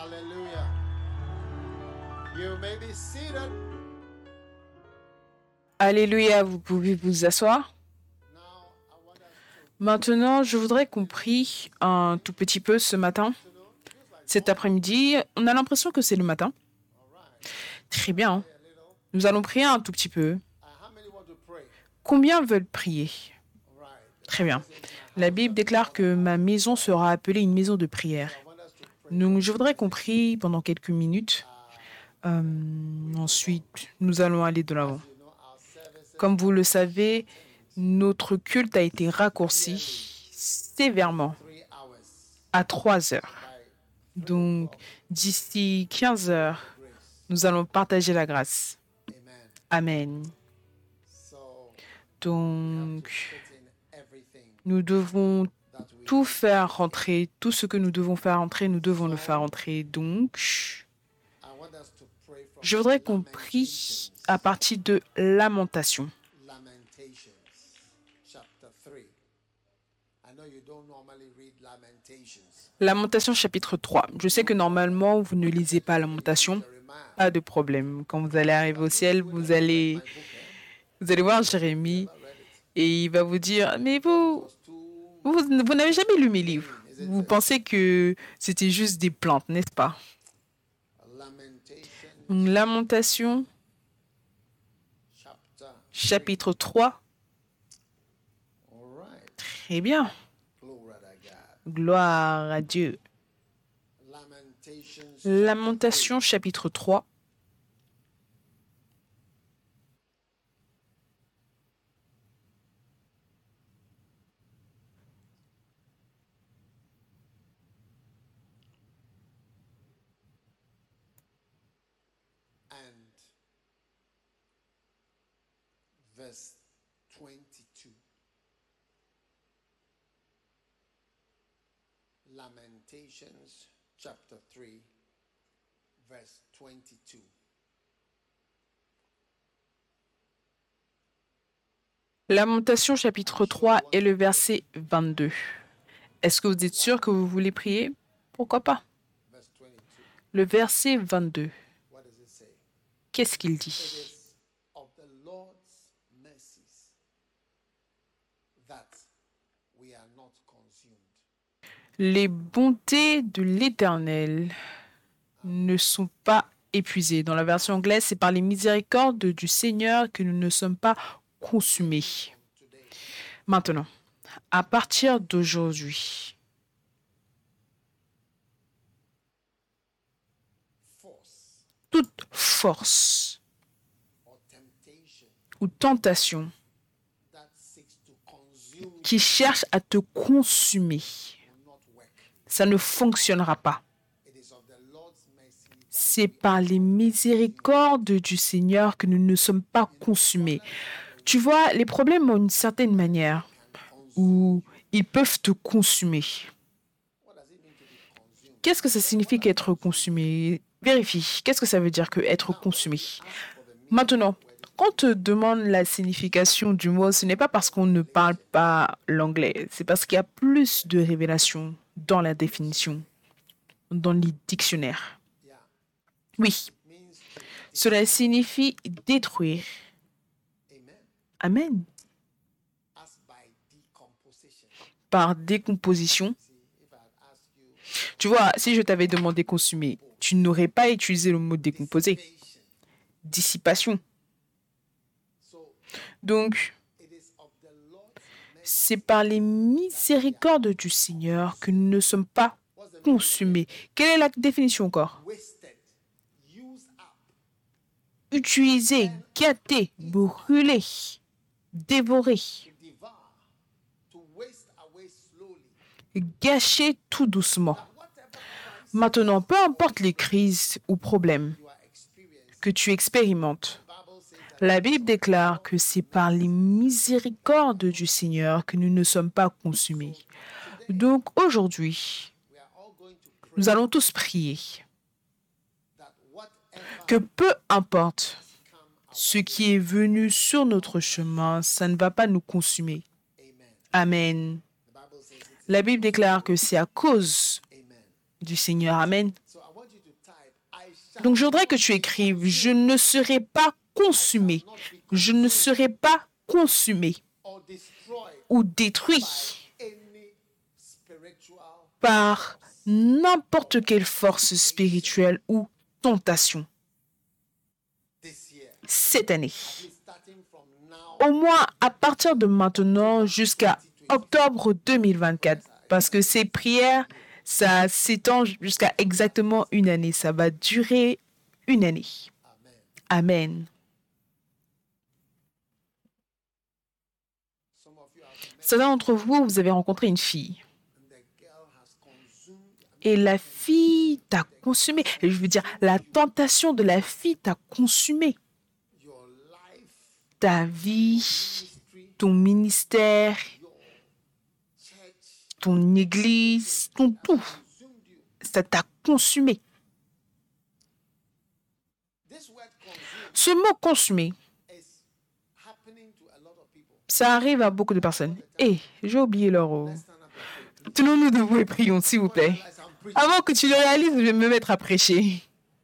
Hallelujah. You may be seated. Alléluia, vous pouvez vous asseoir. Now, I want us to Maintenant, je voudrais qu'on prie un tout petit peu ce matin. Cet après-midi, on a l'impression que c'est le matin. Très bien. pray a little. Nous allons prier un tout petit peu. How many want to pray? Combien veulent prier? All right. Très bien. La Bible déclare que ma maison sera appelée une maison de prière. I want us to pray. Donc, je voudrais qu'on prie pendant quelques minutes. Ensuite, nous allons aller de l'avant. You know, our services Comme vous le savez, notre culte a été raccourci sévèrement 3 hours à 3 heures. by Donc, d'ici 15 heures, grace. nous allons partager la grâce. Amen. Amen. So, Donc, put in everything nous devons that we tout faire rentrer. Tout ce que nous devons faire rentrer, nous devons le faire rentrer. Donc, I want us to pray from je voudrais qu'on prie à partir de Lamentation. Lamentations, chapter 3. I know you don't normally read Lamentations. Lamentation chapitre 3. Je sais que normalement, vous ne lisez pas Lamentation. Jeremiah. Pas de problème. Quand vous allez arriver au ciel, vous allez voir Jérémie et il va vous dire, mais vous n'avez jamais lu mes livres. Vous pensez que c'était juste des plantes, n'est-ce pas? Lamentation, Lamentation chapter. chapitre 3. All right. Très bien. Glory to God. Gloire à Dieu. Lamentations, Lamentation chapitre 3. and verse 22. Lamentations, chapter 3, verse 22. Lamentation chapitre 3 et le verset 22. Est-ce que vous êtes sûr que vous voulez prier? Pourquoi pas? Verse 22. Le verset 22. What does it say? Qu'est-ce qu'il It dit? is of the Lord's mercies that we are not consumed. Les bontés de l'Éternel ne sont pas épuisées. Dans la version anglaise, c'est par les miséricordes du Seigneur que nous ne sommes pas consumés. Maintenant, à partir d'aujourd'hui, Force toute force or temptation ou tentation that seeks to consume qui cherche à te consumer, will not work. ça ne fonctionnera pas. It is of the Lord's mercy that C'est par les miséricordes du Seigneur que nous ne sommes pas consumés. Tu vois, les problèmes ont une certaine manière où ils peuvent te consumer. what does it mean to be consumed? Qu'est-ce que ça signifie qu'être consumé? Vérifie. Qu'est-ce que ça veut dire que être consumé? Maintenant, quand on te demande la signification du mot, ce n'est pas parce qu'on ne parle pas l'anglais. C'est parce qu'il y a plus de révélations dans la définition, dans les dictionnaires. Yeah. Oui, Means cela signifie détruire. amen. Amen. As by decomposition. Par décomposition. See, if I had asked you Tu vois, si je t'avais demandé consumer, tu n'aurais pas utilisé le mot décomposer. patient. Dissipation. So Donc, it is of the Lord's mercy. c'est par les miséricordes du Seigneur que nous ne sommes pas consumés. Quelle est la définition encore? Wasted, used up, Utiliser, gâter, brûler, dévorer, to devour, to waste away slowly. gâcher tout doucement. Whatever Maintenant, peu importe les crises ou problèmes you are experiencing, que tu expérimentes, the Bible says that la Bible déclare que c'est par les miséricordes du Seigneur que nous ne sommes pas consumés. Donc aujourd'hui, we are all going to pray nous allons tous prier that whatever que peu importe come our ce qui est venu sur notre chemin, ça ne va pas nous consumer. amen. Amen. The Bible says it's La Bible déclare que c'est à cause amen. du Seigneur. Amen. So I want you Donc, je voudrais que tu écrives, je ne serai pas consumé. Je ne serai pas consumé ou détruit par n'importe quelle force spirituelle ou tentation cette année. Au moins à partir de maintenant jusqu'à octobre 2024. Parce que ces prières, ça s'étend jusqu'à exactement une année. Ça va durer une année. Amen. Certains d'entre vous, vous avez rencontré une fille. Et la fille t'a consumé. Je veux dire, la tentation de la fille t'a consumé. Ta vie, ton ministère, ton église, ton tout. Ça t'a consumé. Ce mot consumé, ça arrive à beaucoup de personnes. Et j'ai oublié leur eau. Tenons-nous debout et prions, s'il vous plaît. Avant que tu le réalises, je vais me mettre à prêcher.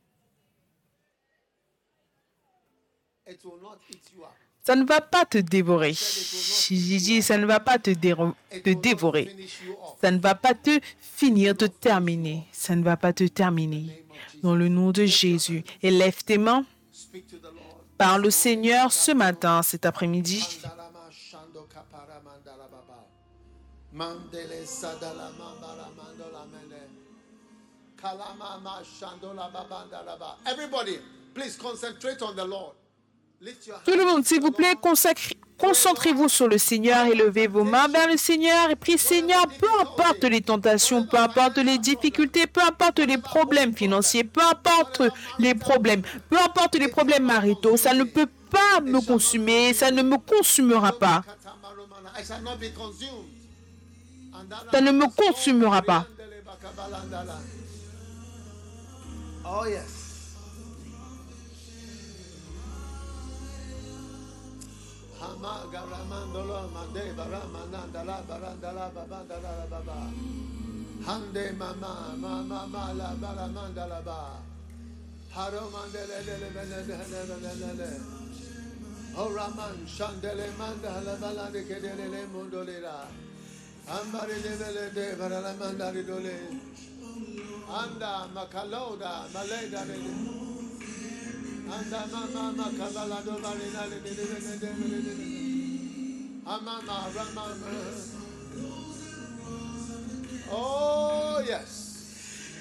Ça ne va pas te dévorer. J'ai dit, ça ne va pas te dévorer. Ça ne va pas te finir, te terminer. Ça ne va pas te terminer. Dans le nom de Jésus. Et lève tes mains. Parle au Seigneur ce matin, cet après-midi. Everybody, please concentrate on the Lord. Tout le monde, s'il vous plaît, concentrez-vous sur le Seigneur et levez vos mains vers le Seigneur et priez, Seigneur, peu importe les tentations, peu importe les difficultés, peu importe les problèmes financiers, peu importe les problèmes maritaux, ça ne peut pas me consumer, ça ne me consumera pas. Ça ne me consumera pas. Oh yes. Hande mama mama mala bala mandala ba. Haro mandele le. Oraman shandele mandala bala de kedele mondolera. Ambari de barala mandari dole. Anda makaloda maleda de. Anda mama makabala do barina de. Amama ramama. Oh yes.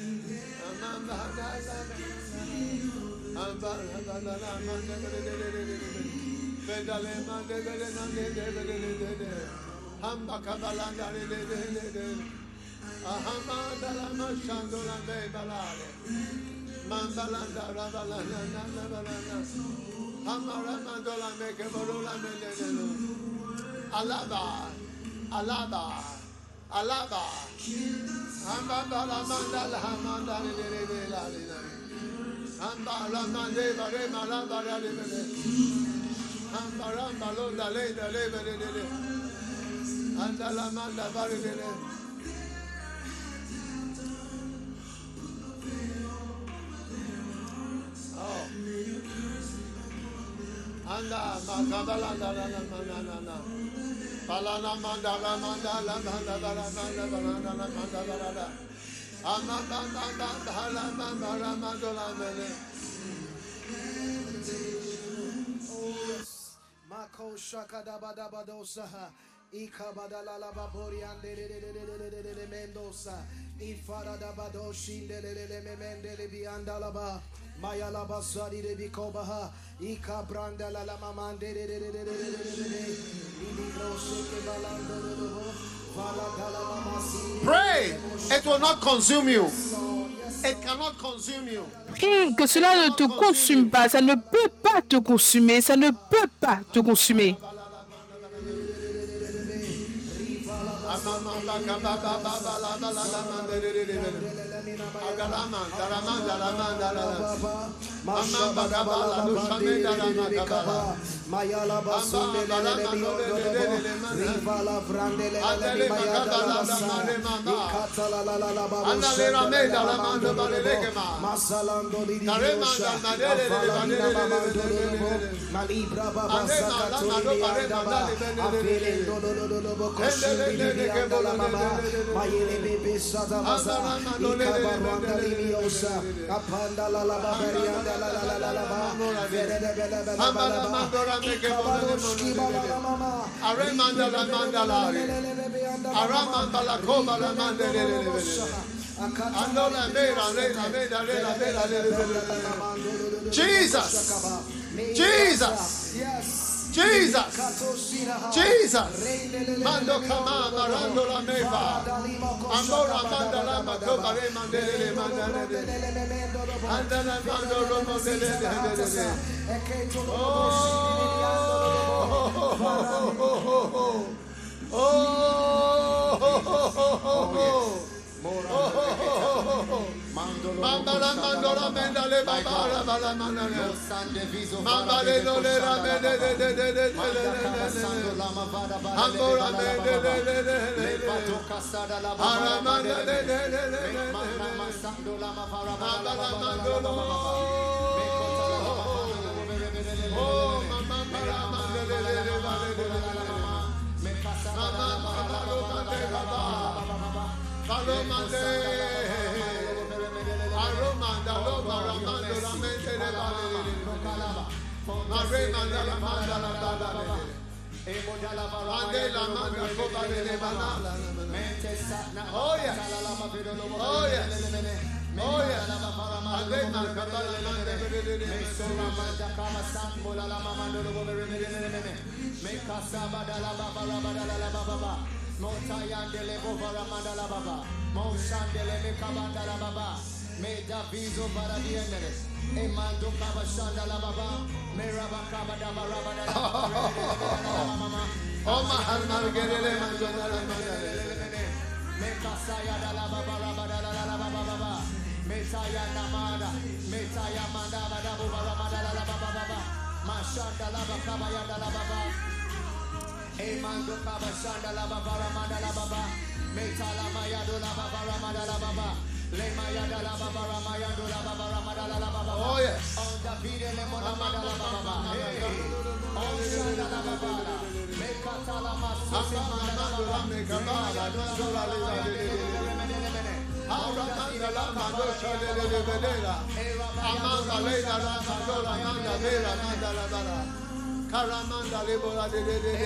Alaba. Ambala mandala mandala Ambala mande bare malabara le. Ambara malonda le. Andala manda bare le. Oh. Anda makabala na. Balana mandala mandala mandala mandala mandala amanda mandala mandala mele Mako shakada badabadosa ikabadala la babori ande mendosa ifara da badoshi le memendele biandala ba Maya la basari de bikobaha ikabranda la mamande Pray. It will not consume you. It cannot consume you. Prie que cela ne te consume pas. Ça ne peut pas te consumer. Ça ne peut pas te consumer. Mashaba da bala bande de kaba. Mayala basunde le biondo. Riva la vrande le mayada la basa. Ikata la la la la baba. Masalando di Diosha. Afalina mamando. Malibra baba sakaturi andaba. Afele do koshiri di andala mama. Mayele bebe sada basa. Ikabarwanda di Diosha. Apanda la la baberi andala la la la la ba. Vere de bele bele bele ba. Ikabaroshki baba la mama. Aremanda la mandala. Aramanda la coma la mandele. Jesus. Jesus. Jesus. Jesus. Mando kama marando la meva. Amora manda la makoba re mandele mandele. Andana mando romo dele. Mandala mandala mendale babara bala mandale mandale no le la mende de amora mende de ara mandale mandala mandolo oh mama para mandale Aromanda lo maramando la mente de Maremanda la manda la bala. Mandela manda copa de banana. Oh yes. Oh yes. Oh yes. Mandela cabala de Mesora manda kama sambola la mamando lo me casaba da la baba. Montayandele bovara mandala baba. Monsandele me kabanda la baba. Me da viso para dienes. E mando kaba shanda la baba. Me raba kaba da baraba da mama. Oh ma halmal gerele mandala la mandale. Me kasaya da la baba raba da la baba. Me taya namada. Me taya manda da bovara mandala la baba. Mashanda la baba ya da la baba. Emando kaba shanda la baba ramada la baba metala maya do la baba ramada la baba le maya da la baba ramaya do la baba ramada la baba oh yes on the video le mona ramada la baba on shanda la baba me katala masu ramada la baba me kabala do la baba Aramanda la mando shade le bedela amanda le la mando la manda bela manda la bala Karamanda lebora de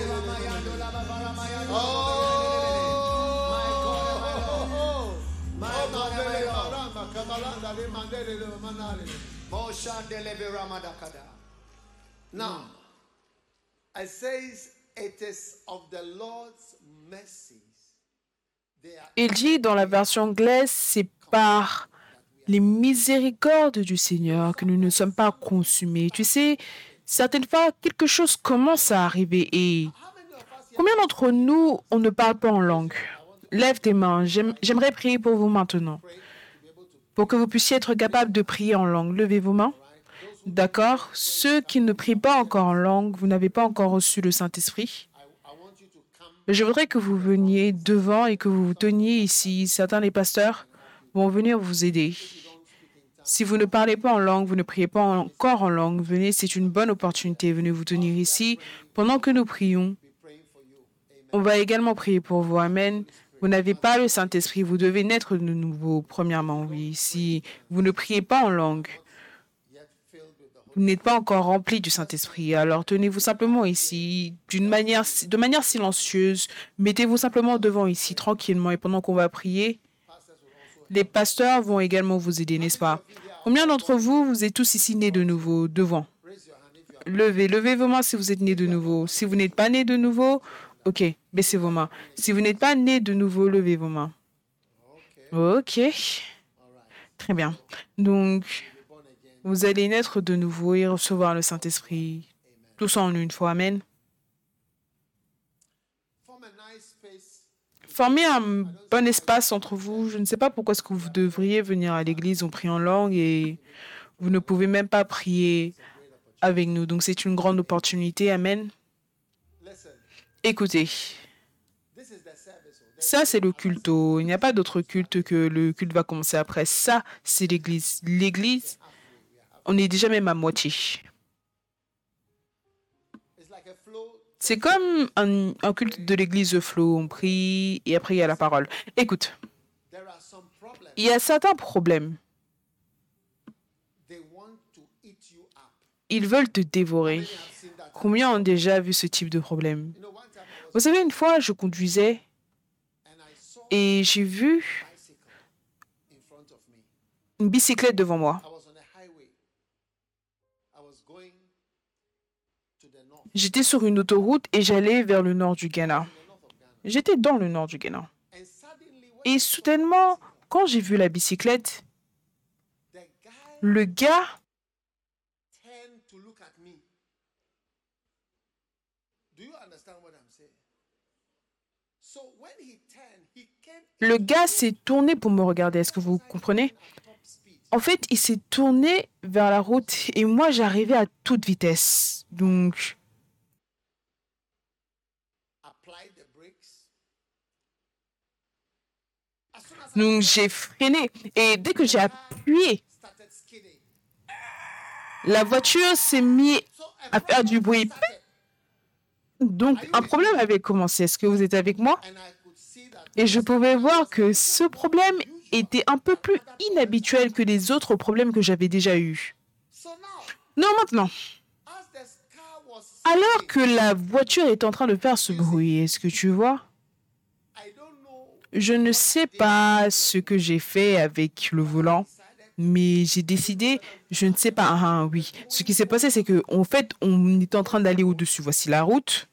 Now, it says it is of the Lord's mercies. Il dit dans la version anglaise, c'est par les miséricordes du Seigneur que nous ne sommes pas consumés. Tu sais, certaines fois, quelque chose commence à arriver et combien d'entre nous, on ne parle pas en langue? Lève tes mains. J'aimerais prier pour vous maintenant. Pour que vous puissiez être capable de prier en langue. Levez vos mains. D'accord? Ceux qui ne prient pas encore en langue, vous n'avez pas encore reçu le Saint-Esprit. Je voudrais que vous veniez devant et que vous vous teniez ici. Certains des pasteurs vont venir vous aider. Si vous ne parlez pas en langue, vous ne priez pas encore en langue, venez, c'est une bonne opportunité. Venez vous tenir ici. Pendant que nous prions, on va également prier pour vous. Amen. Vous n'avez pas le Saint-Esprit, vous devez naître de nouveau, premièrement, oui. Si vous ne priez pas en langue, vous n'êtes pas encore rempli du Saint-Esprit. Alors tenez-vous simplement ici, de manière silencieuse. Mettez-vous simplement devant ici, tranquillement. Et pendant qu'on va prier, les pasteurs vont également vous aider, n'est-ce pas? Combien d'entre vous, vous êtes tous ici nés de nouveau, devant? Levez vos mains si vous êtes nés de nouveau. Si vous n'êtes pas nés de nouveau, ok, baissez vos mains. Si vous n'êtes pas nés de nouveau, levez vos mains. Ok, très bien. Donc, vous allez naître de nouveau et recevoir le Saint-Esprit, tous en une fois. Amen. Formez un bon espace entre vous. Je ne sais pas pourquoi est-ce que vous devriez venir à l'église, on prie en langue et Vous ne pouvez même pas prier avec nous. Donc, c'est une grande opportunité. Amen. Listen, Écoutez, this is the service. ça, c'est le culte. Il n'y a pas d'autre culte que le culte va commencer après. Ça, c'est l'Église. L'Église, on est déjà même à moitié. It's like a flow. C'est comme un culte de l'Église flow. On prie et après, il y a la parole. Écoute, There are some problems. il y a certains problèmes. They want to eat you up. Ils veulent te dévorer. Many have seen that. Combien ont déjà vu ce type de problème? You know, one time I was Vous savez, une fois, je conduisais and I saw a et j'ai vu bicycle in front of me. une bicyclette devant moi. I was on a highway. I was going to the north, J'étais sur une autoroute et j'allais vers le nord du Ghana. the north of Ghana. J'étais dans le nord du Ghana. And suddenly, when Et soudainement, quand j'ai vu la bicyclette, the guy le gars, turned to look at me. Do you understand what I'm saying? So when he turned, he came le gars s'est tourné pour me regarder. Est-ce que vous comprenez? at top speed. En fait, il s'est tourné vers la route et moi, j'arrivais à toute vitesse. Donc, Applied the brakes. As soon as I j'ai freiné. Et dès que j'ai appuyé, started skidding, la voiture s'est mise so à faire du bruit. started, Donc, un problème avait commencé. Est-ce que vous êtes avec moi? and I could see that Et je pouvais voir que ce problème était un peu plus inhabituel que les autres problèmes que j'avais déjà eus. So now, Non, maintenant, as the car was alors skidding, que la voiture est en train de faire ce bruit, est-ce que tu vois? I don't know Je ne sais pas ce que j'ai fait avec le volant, mais j'ai décidé, je ne sais pas. Ah, oui. Ce qui s'est passé, c'est que en fait, on est en train d'aller au-dessus. Voici la route,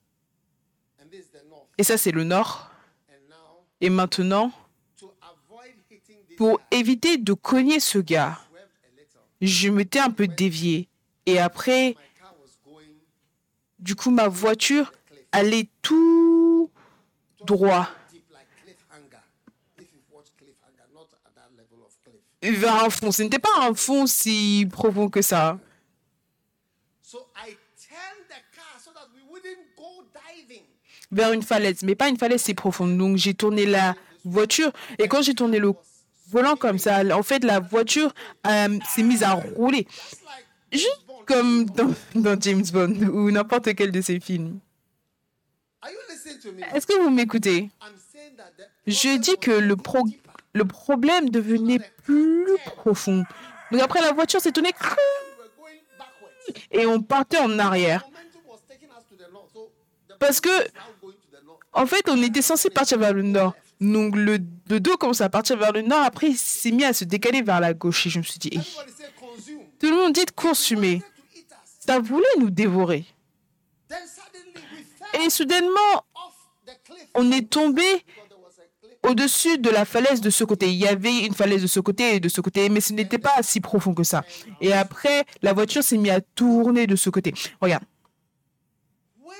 and this is the north. et ça, c'est le nord. And now, Et maintenant, to avoid hitting this pour éviter de cogner ce gars, swerved a little. je m'étais un peu dévié. Et après, My car was going du coup, ma voiture allait tout droit deep like cliffhanger. If you've watched cliffhanger, not at that level of cliff. vers un fond. Ce n'était pas un fond si profond que ça. So I turned the car so that we wouldn't go diving. Vers une falaise, mais pas une falaise si profonde. Donc, j'ai tourné la voiture et quand j'ai tourné le volant comme ça, en fait, la voiture s'est mise à rouler. It's like Juste comme dans James Bond ou n'importe quel de ses films. Are you listening to me? Est-ce que vous m'écoutez? I'm saying that the Je dis que le problème devenait plus profond. Donc après, la voiture s'est tournée we were going backwards. et on partait en arrière. Momentum was taking us to the north. So the Parce que, now going to the north. en fait, on était censé partir vers le nord. Donc le dos commence à partir vers le nord. Après, il s'est mis à se décaler vers la gauche. Et je me suis dit, Everybody say consume. tout le monde dit de consumer. To eat us. Ça voulait nous dévorer. Then suddenly we fell Et soudainement, off the cliff. on est tombé Because there was a cliff. au-dessus de la falaise de ce côté. Il y avait une falaise de ce côté et de ce côté, mais ce n'était pas si profond que ça. Et après, la voiture s'est mise à tourner de ce côté. Regarde. When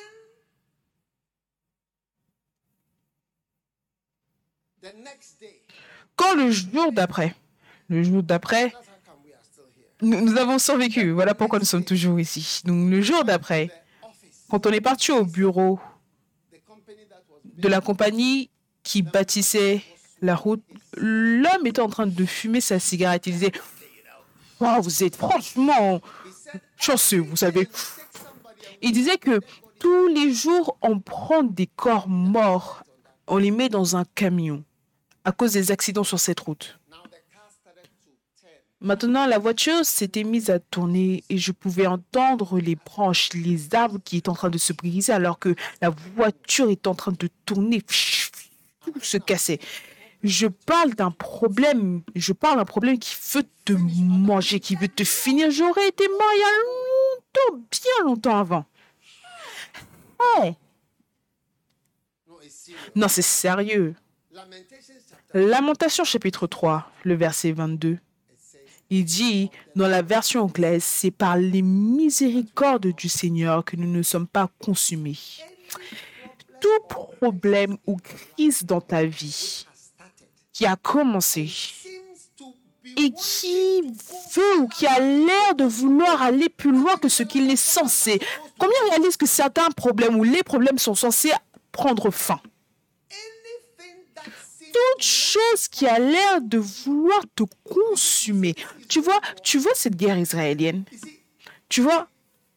the next day, Quand le jour d'après, that's how come we are still here. nous avons survécu. Voilà pourquoi nous sommes toujours ici. Donc le jour d'après, The office, quand on est parti au bureau the company that was de la compagnie qui bâtissait la route, l'homme était en train de fumer sa cigarette. Il disait, oh, vous êtes franchement chanceux, vous savez. take somebody and Il disait que tous les jours, on prend des corps morts, on les met dans un camion à cause des accidents sur cette route. now the car started to turn. Maintenant, la voiture s'était mise à tourner et je pouvais entendre les branches, les arbres qui étaient en train de se briser alors que la voiture est en train de tourner, tout se cassait. Je parle d'un problème qui veut te manger, qui veut te finir. J'aurais été mort il y a longtemps, bien longtemps avant. Hey. No, it's serious. Non, c'est sérieux. Lamentations chapter Lamentation chapitre 3, le verset 22. it says, Il dit, dans la version anglaise, c'est par les miséricordes du Seigneur que nous ne sommes pas consumés. Tout problème ou crise dans ta vie has started. qui a commencé Seems to be et qui veut ou qui a l'air de vouloir aller plus loin que ce qu'il est censé. Combien réalisent que certains problèmes ou les problèmes sont censés prendre fin? Toute chose qui a l'air de vouloir te consumer. Tu vois cette guerre israélienne. Tu vois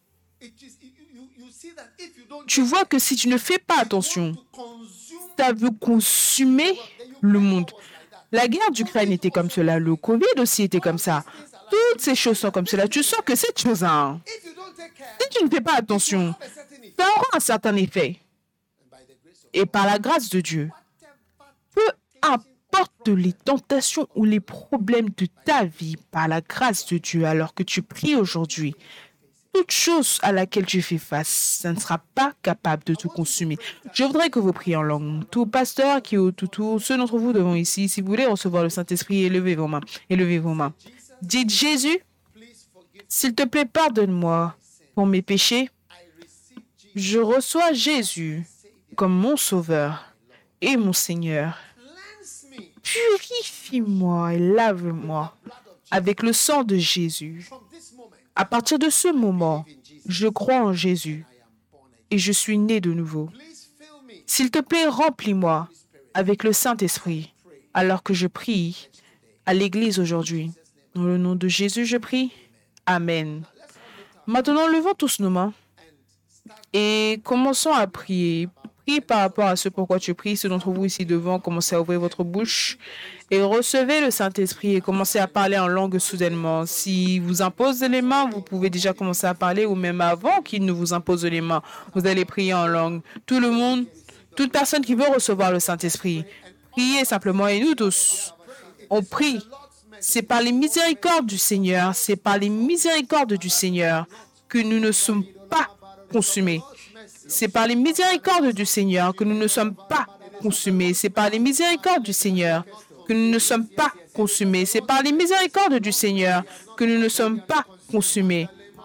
que si tu ne fais pas attention, ça veut consumer le monde. La guerre d'Ukraine était comme cela, le Covid aussi était comme ça. Toutes ces choses sont comme cela. Tu sens que cette chose-là, si tu ne fais pas attention, ça aura un certain effet. Et par la grâce de Dieu, peu importe les tentations ou les problèmes de ta vie, par la grâce de Dieu, alors que tu pries aujourd'hui, toute chose à laquelle tu fais face, ça ne sera pas capable de te consumer. Je voudrais que vous priez en langue. Tout pasteur qui est au tout, ceux d'entre vous devant ici, si vous voulez recevoir le Saint-Esprit, élevez vos mains. Élevez vos mains. Dites, Jésus, s'il te plaît, pardonne-moi pour mes péchés. Je reçois Jésus comme mon Sauveur et mon Seigneur. Purifie-moi et lave-moi avec le sang de Jésus. À partir de ce moment, je crois en Jésus et je suis né de nouveau. S'il te plaît, remplis-moi avec le Saint-Esprit alors que je prie à l'Église aujourd'hui. Dans le nom de Jésus, je prie. Amen. Maintenant, levons tous nos mains et commençons à prier. Priez par rapport à ce pourquoi tu pries. Ceux d'entre vous ici devant, commencez à ouvrir votre bouche et recevez le Saint-Esprit et commencez à parler en langue soudainement. Si vous imposez les mains, vous pouvez déjà commencer à parler ou même avant qu'il ne vous impose les mains. Vous allez prier en langue. Tout le monde, toute personne qui veut recevoir le Saint-Esprit, priez simplement et nous tous, on prie. C'est par les miséricordes du Seigneur, c'est par les miséricordes du Seigneur que nous ne sommes pas consumés. C'est par les miséricordes du Seigneur que nous ne sommes pas consumés. C'est par les miséricordes du Seigneur que nous ne sommes pas consumés. C'est par les miséricordes du Seigneur que nous ne sommes pas consumés.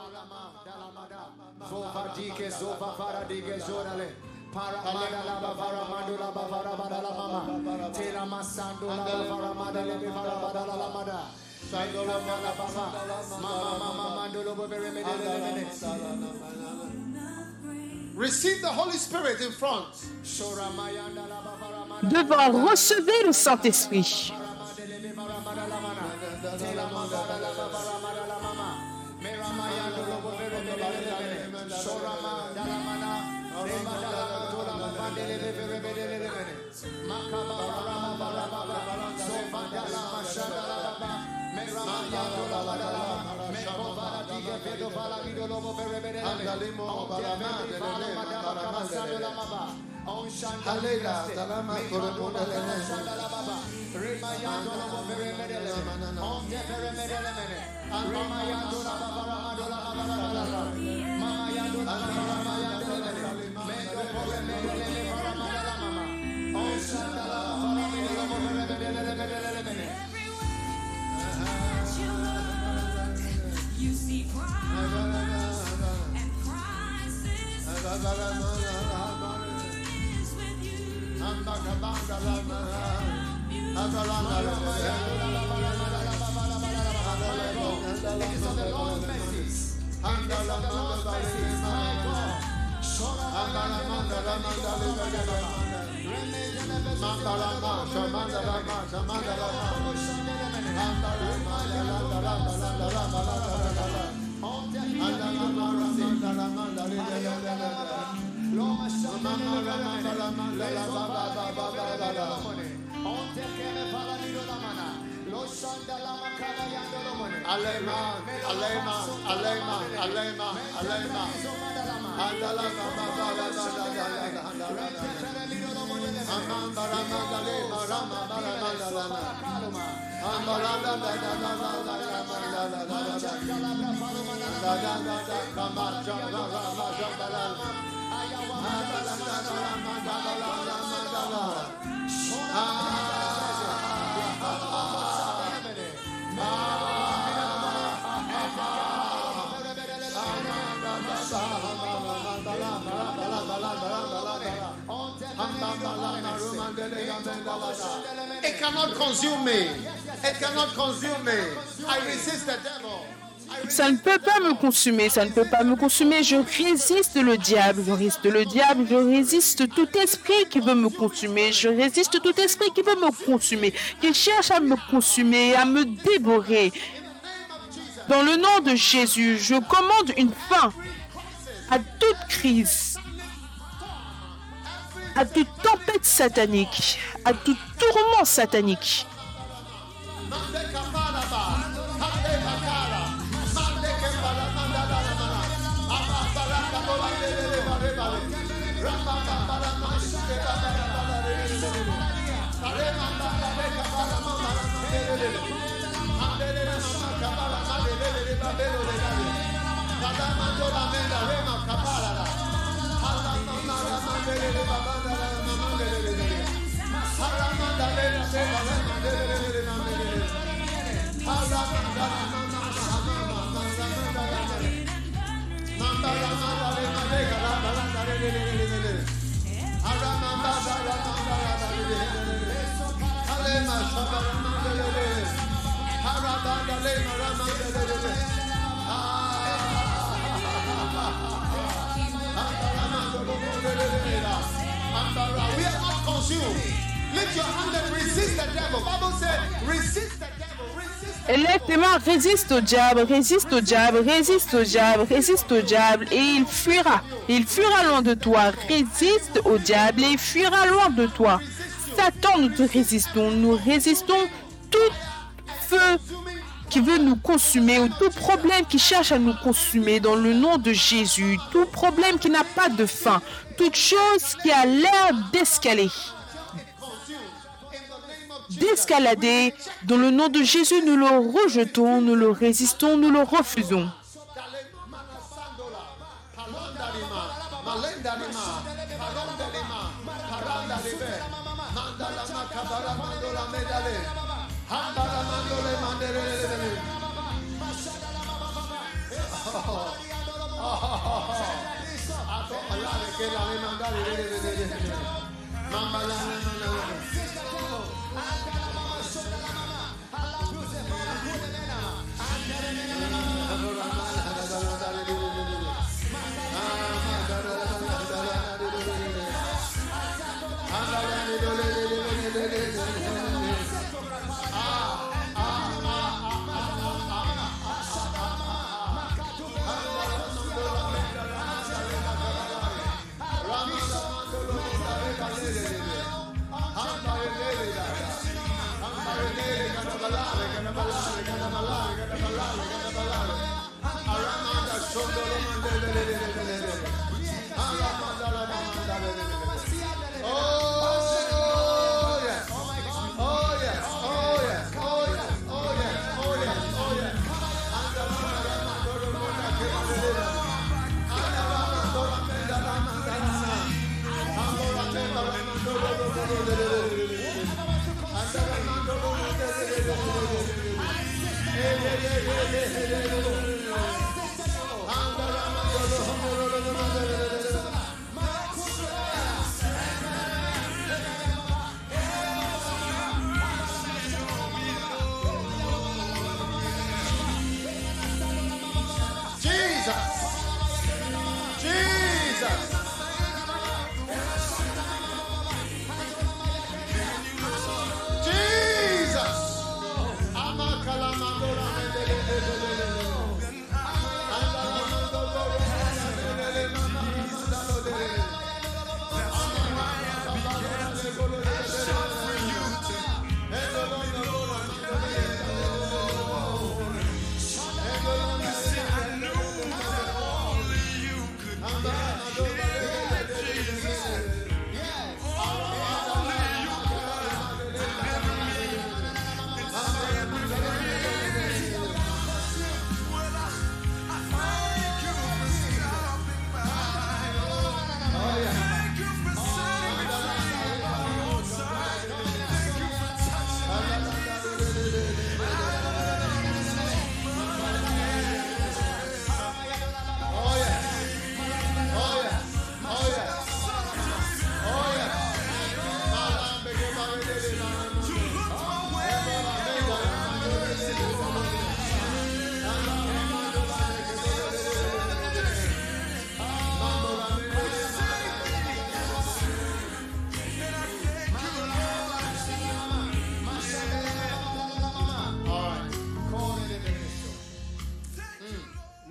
Receive the Holy Spirit in front. Devant, recevez le Saint-Esprit. You see Christ, and Christ is with you. It cannot consume me. It cannot consume me. I resist the devil. Ça ne peut pas me consumer, ça ne peut pas me consumer. Je résiste le diable, je résiste le diable, je résiste tout esprit qui veut me consumer, je résiste tout esprit qui veut me consumer, qui cherche à me consumer, à me dévorer. Dans le nom de Jésus, je commande une fin à toute crise, à toute tempête satanique, à tout tourment satanique. We are not consumed. Lift your hand and resist the devil. Bible said, resist the devil. Resist. Élève tes mains, résiste au diable, résiste au diable, résiste au diable, résiste au diable, et il fuira. Il fuira loin de toi. Résiste au diable et il fuira loin de toi. Satan, nous résistons tout feu qui veut nous consumer ou tout problème qui cherche à nous consumer dans le nom de Jésus, tout problème qui n'a pas de fin, toute chose qui a l'air d'escalader, dans le nom de Jésus, nous le rejetons, nous le résistons, nous le refusons.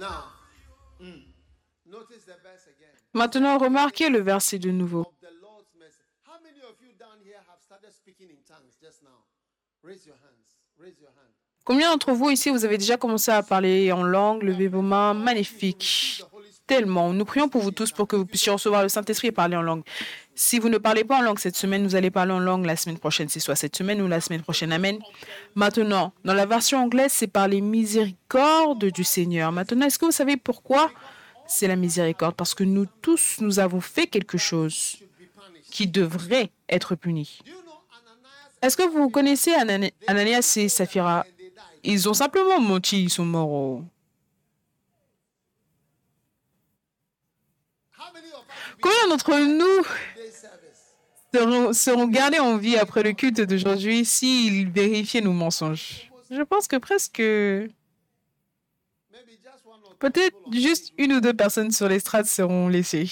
Now, notice the verse again. Maintenant, remarquez le verset de nouveau. Of the Lord's mercy. How many of you down here have started speaking in tongues just now? Raise your hands. Raise your hand. Combien d'entre vous ici, vous avez déjà commencé à parler en langue? Levez vos mains. Magnifique. Tellement. Nous prions pour vous tous pour que vous puissiez recevoir le Saint-Esprit et parler en langue. Si vous ne parlez pas en langue cette semaine, vous allez parler en langue la semaine prochaine. C'est soit cette semaine ou la semaine prochaine. Amen. Maintenant, dans la version anglaise, c'est par les miséricordes du Seigneur. Maintenant, est-ce que vous savez pourquoi c'est la miséricorde? Parce que nous tous, nous avons fait quelque chose qui devrait être puni. Do you know Ananias Est-ce que vous connaissez Ananias et Saphira? Ils ont simplement menti, ils sont morts. How many of us Combien d'entre nous day service? seront gardés en vie après le culte d'aujourd'hui s'ils vérifiaient nos mensonges? Je pense que presque, Maybe just one or two. peut-être juste une ou deux personnes sur l'estrade seront laissées.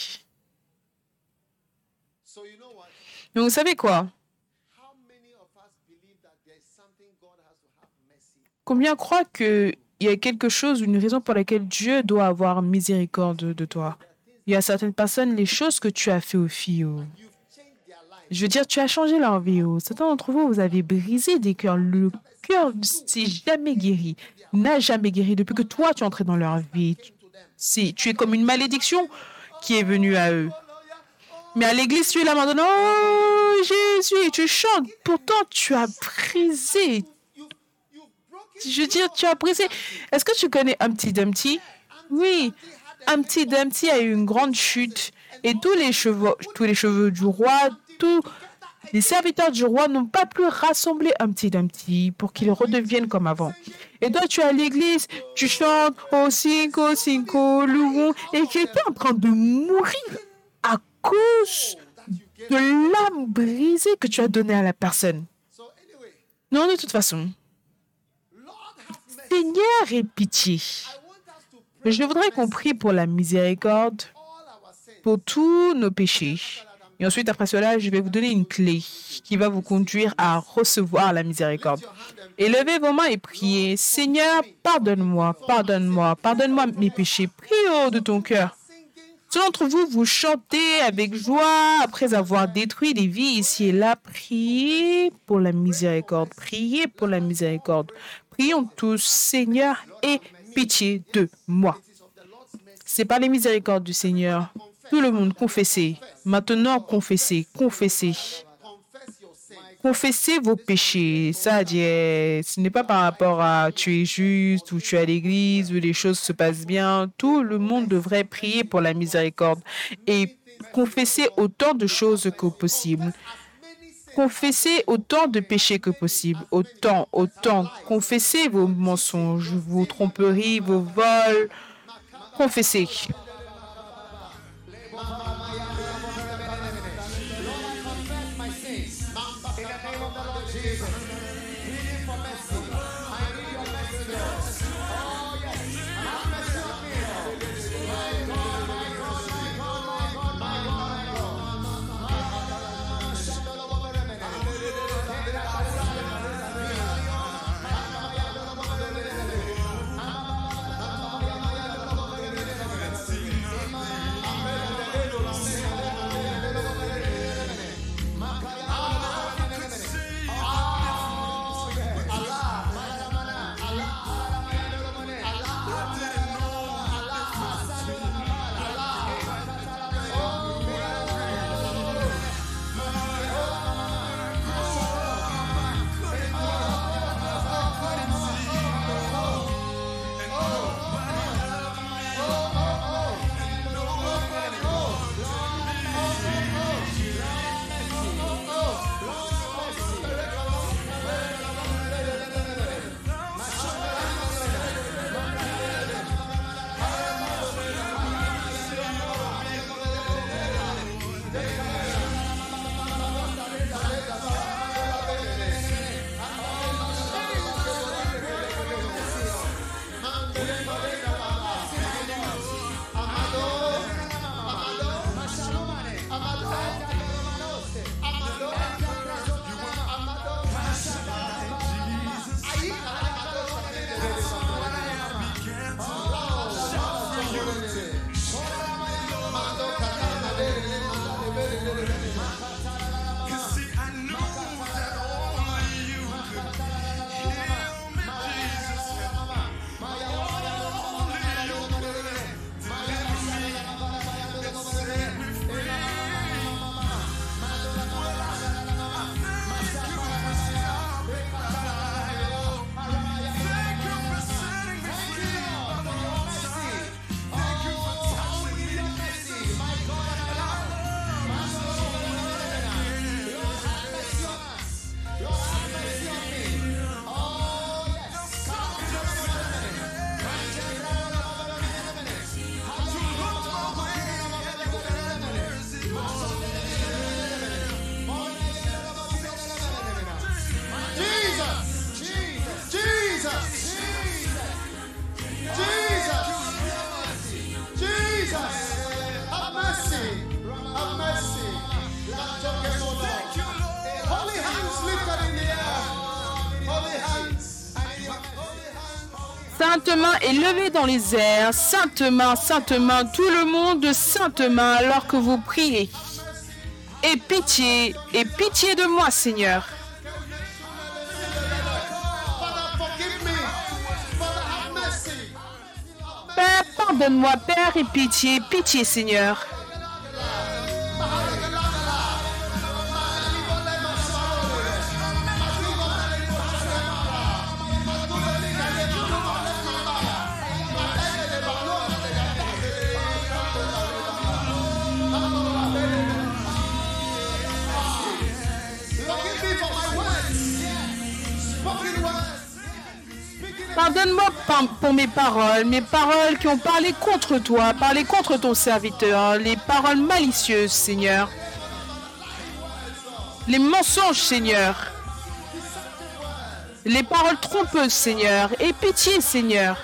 So you know what? Mais vous savez quoi? How many of us believe that there's something God has to have mercy? Combien croient qu'il y a quelque chose, une raison pour laquelle Dieu doit avoir miséricorde de toi? Il y a certaines personnes, les choses que tu as fait aux filles. You've changed their life. Je veux dire, tu as changé leur vie. Certains d'entre vous, vous avez brisé des cœurs. Le cœur s'est jamais guéri, n'a jamais guéri depuis que toi, tu es entré dans leur vie. Tu es comme une malédiction qui est venue à eux. Mais à l'église, tu es là maintenant. Oh, Jésus, et tu chantes. Pourtant, tu as brisé. You've broken. Je veux dire, tu as brisé. Est-ce que tu connais Humpty Dumpty? Oui. Humpty Dumpty a eu une grande chute et tous les cheveux du roi, tous les serviteurs du roi n'ont pas pu rassembler Humpty Dumpty pour qu'il redevienne comme avant. Et toi, tu es à l'église, tu chantes oh cinco, louons, et tu es en train de mourir à cause de l'âme brisée que tu as donnée à la personne. So anyway, Non, de toute façon, Lord have mercy. Seigneur, aie pitié. I want us to pray Je voudrais qu'on prie pour la miséricorde, all our sins. pour tous nos péchés. Et ensuite, après cela, je vais vous donner une clé qui va vous conduire à recevoir la miséricorde. Élevez vos mains et priez. Seigneur, pardonne-moi, pardonne-moi, pardonne-moi mes péchés. Prie de ton cœur. Ceux d'entre vous, vous chantez avec joie après avoir détruit des vies ici et là. Priez pour la miséricorde. Priez pour la miséricorde. Prions tous, Seigneur, aie pitié de moi. C'est par les miséricordes du Seigneur. Tout le monde, confessez. Maintenant, confessez, confessez. Confess your sin. Confessez vos péchés. Ça, ce n'est pas par rapport à tu es juste ou tu es à l'église où les choses se passent bien. Tout le monde devrait prier pour la miséricorde et confesser autant de choses que possible. Confessez autant de péchés que possible. Autant. Confessez vos mensonges, vos tromperies, vos vols. Confessez. My sins. In the name of the Lord Jesus. Pleading for mercy. I need your mercy, Lord. Oh, yes. Have mercy on me, Lord. My God, my God, my God, my God, my God. main est levée dans les airs. Sainte main, tout le monde de sainte main alors que vous priez. Et pitié de moi, Seigneur. Father, forgive me. Father, have mercy. Père, pardonne-moi, Père, et pitié, Seigneur. Forgive me for my words. Spoken words. Pardonne-moi pour mes paroles qui ont parlé contre toi, parlé contre ton serviteur, les paroles malicieuses, Seigneur. Les mensonges, Seigneur. Les paroles trompeuses, Seigneur. Et pitié, Seigneur.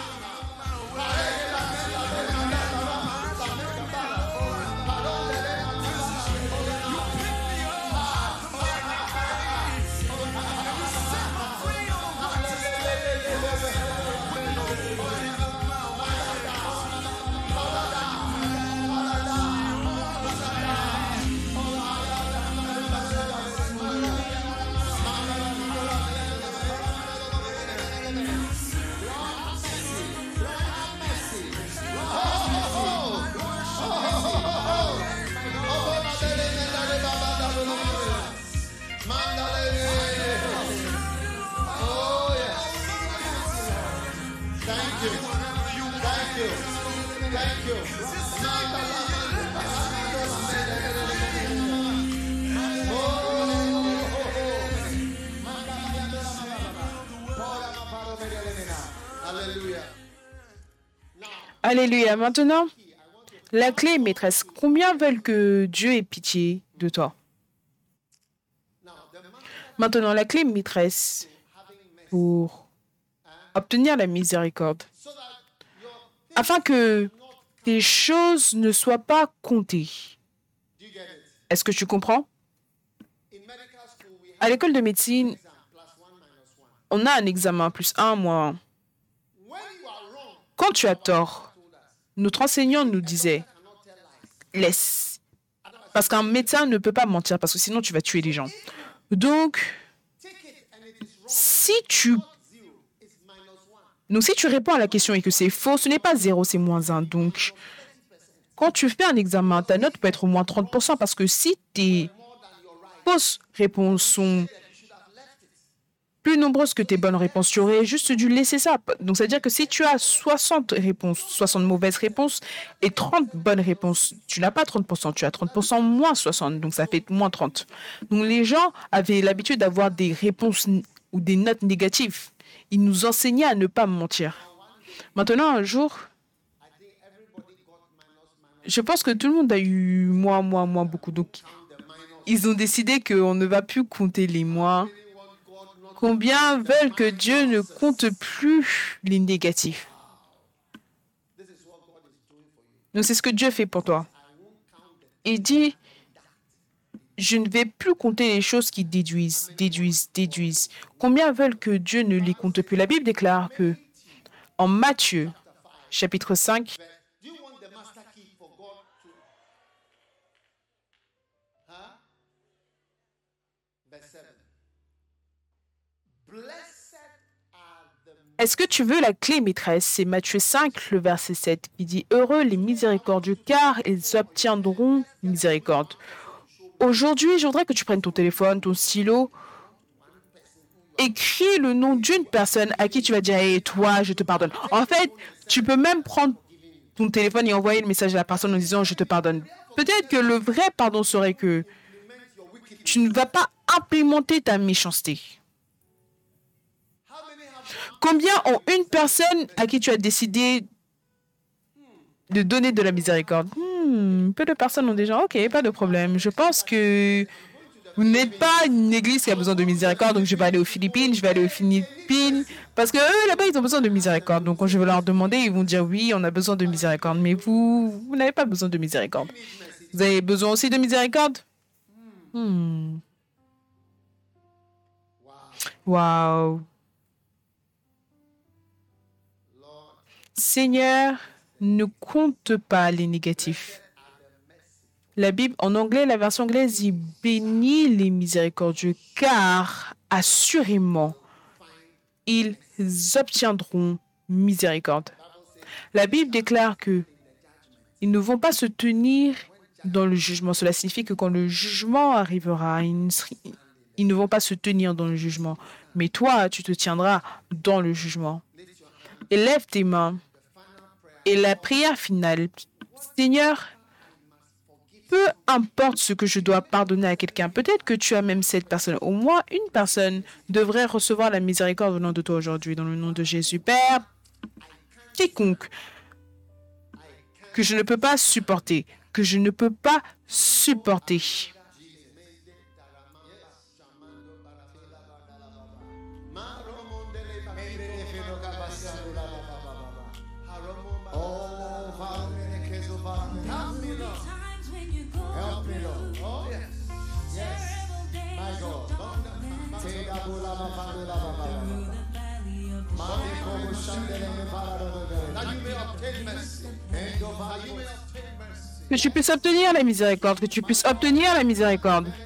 Oh, yes. Thank you. Thank you. Thank you. Hallelujah. Alléluia. Maintenant, la clé, maîtresse. Combien veulent que Dieu ait pitié de toi? Maintenant, la clé, maîtresse, pour obtenir la miséricorde, afin que tes choses ne soient pas comptées. Do you get it? Est-ce que tu comprends? In medical school, we have À l'école de médecine, exam +1 -1. on a un examen plus 1, moins 1. When you are wrong, Quand tu as tort, notre enseignant nous disait, laisse. Parce qu'un médecin ne peut pas mentir, parce que sinon tu vas tuer les gens. Donc, take it and it is wrong. si tu, 0 is -1. donc, si tu réponds à la question et que c'est faux, ce n'est pas 0, c'est moins 1. Donc, quand tu fais un examen, ta note peut être au moins 30%, parce que si tes fausses réponses sont plus nombreuses que tes bonnes réponses, tu aurais juste dû laisser ça. Donc, c'est-à-dire que si tu as 60 réponses, 60 mauvaises réponses et 30 bonnes réponses, tu n'as pas 30%, tu as 30% moins 60, donc ça fait moins 30. Donc, les gens avaient l'habitude d'avoir des réponses ou des notes négatives. Ils nous enseignaient à ne pas mentir. Maintenant, un jour, je pense que tout le monde a eu moins beaucoup. Donc, ils ont décidé qu'on ne va plus compter les moins. Combien veulent que Dieu ne compte plus les négatifs? Donc, c'est ce que Dieu fait pour toi. Il dit, je ne vais plus compter les choses qui déduisent. Combien veulent que Dieu ne les compte plus? La Bible déclare que, en Matthieu, chapitre 5, Do you want the master key for God to? Huh? Verse 7. Blessed are the est-ce que tu veux la clé maîtresse? C'est Matthieu 5, le verset 7, qui dit « Heureux les miséricordieux, car ils obtiendront miséricorde. » Aujourd'hui, je voudrais que tu prennes ton téléphone, ton stylo, écris le nom d'une personne à qui tu vas dire « Hey, toi, je te pardonne. » En fait, tu peux même prendre ton téléphone et envoyer le message à la personne en disant « Je te pardonne. » Peut-être que le vrai pardon serait que tu ne vas pas implémenter ta méchanceté. Combien ont une personne à qui tu as décidé de donner de la miséricorde? Peu de personnes ont déjà. Ok, pas de problème. Je pense que vous n'êtes pas une église qui a besoin de miséricorde, donc je vais aller aux Philippines, parce que eux, là-bas, ils ont besoin de miséricorde. Donc, quand je vais leur demander, ils vont dire oui, on a besoin de miséricorde. Mais vous n'avez pas besoin de miséricorde. Vous avez besoin aussi de miséricorde? Wow. Seigneur, ne compte pas les négatifs. La Bible, en anglais, la version anglaise dit « Bénis les miséricordieux, car assurément, ils obtiendront miséricorde. » La Bible déclare que ils ne vont pas se tenir dans le jugement. Cela signifie que quand le jugement arrivera, ils ne vont pas se tenir dans le jugement. Mais toi, tu te tiendras dans le jugement. Élève tes mains. Et la prière finale, Seigneur, peu importe ce que je dois pardonner à quelqu'un, peut-être que tu as même cette personne. Au moins, une personne devrait recevoir la miséricorde au nom de toi aujourd'hui, dans le nom de Jésus. Père, quiconque que je ne peux pas supporter, que je ne peux pas supporter. Oh, Father, help me, Lord. Times when you go Help me, Lord. through Oh, yes. terrible days My of God. darkness, Take a bula, ma, fa, through bula, ba, ba, ba. the valley of the Mande shadow como shandele, me, fa, la, do, do, do. That you may obtain mercy. Endo, fa, That you you. may obtain mercy. Que tu puisses obtenir la miséricorde, que tu puisses obtenir la miséricorde. brother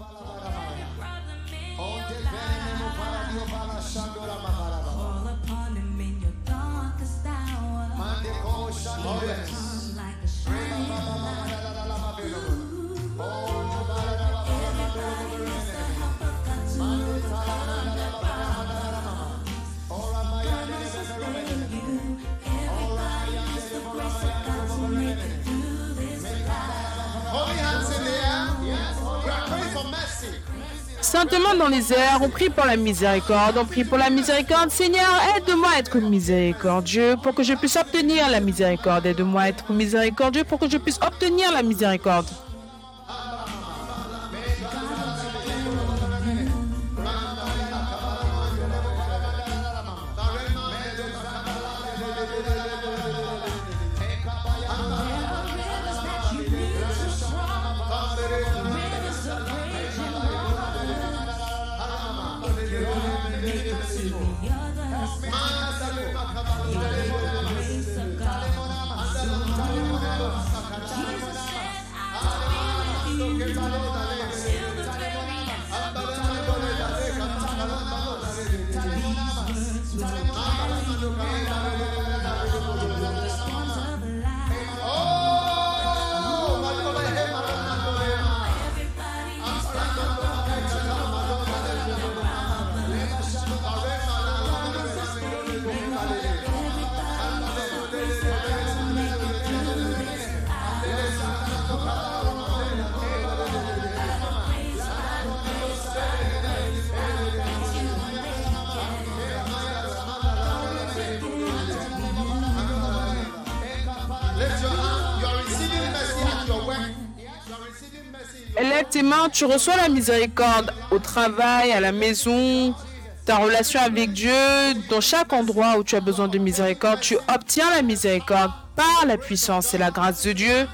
may Onde vene, mo, fa, la, dio, fa, la, shando, la, ma, fa, la, ba, ba. call upon him in your darkest hour. Mande como shandele. Come like a shining light. Holy hands in the air. Yes. We are praying for mercy. Saintement dans les airs, on prie pour la miséricorde, on prie pour la miséricorde. Seigneur, aide-moi à être miséricordieux pour que je puisse obtenir la miséricorde. Aide-moi à être miséricordieux pour que je puisse obtenir la miséricorde. Lift your hand. You are receiving mercy at your work. You are receiving mercy in your Élève tes mains, tu reçois la miséricorde au travail, à la maison, ta relation avec Dieu, dans chaque endroit où tu as besoin de miséricorde, tu obtiens la miséricorde par la puissance et la grâce de Dieu.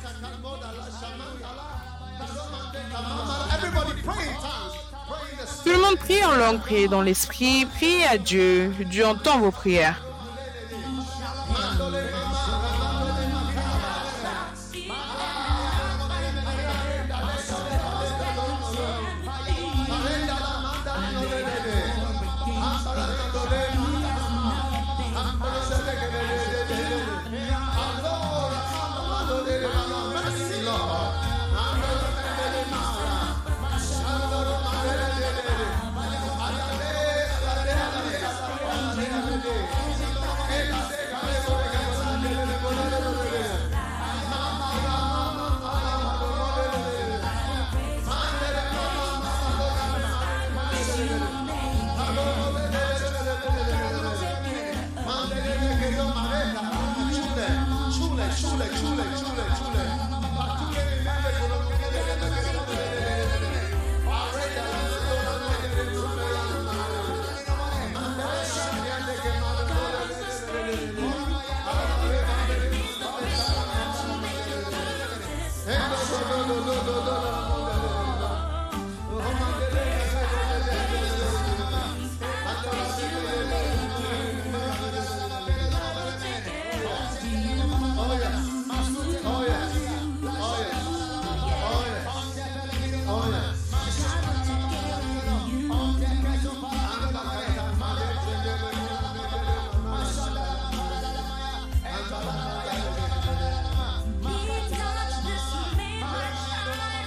Everybody pray in tongues. Pray in the spirit. Tout le monde prie en langue, prie dans l'esprit, prie à Dieu. Dieu entend vos prières. Mercy, Lord.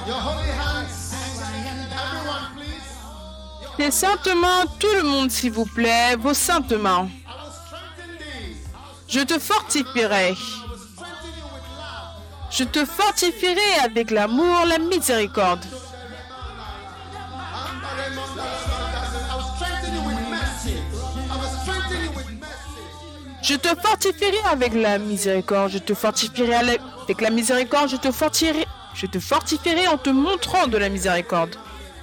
Your holy hands. Everyone, please. C'est saintement, tout le monde, s'il vous plaît, vos saintes mains. I will strengthen thee. Je te fortifierai. I will strengthen you with love. Je te fortifierai avec l'amour, la miséricorde. I will strengthen you with mercy. I will strengthen you with mercy. Je te fortifierai avec la miséricorde. Je te fortifierai avec la miséricorde. Je te fortifierai en te montrant de la miséricorde.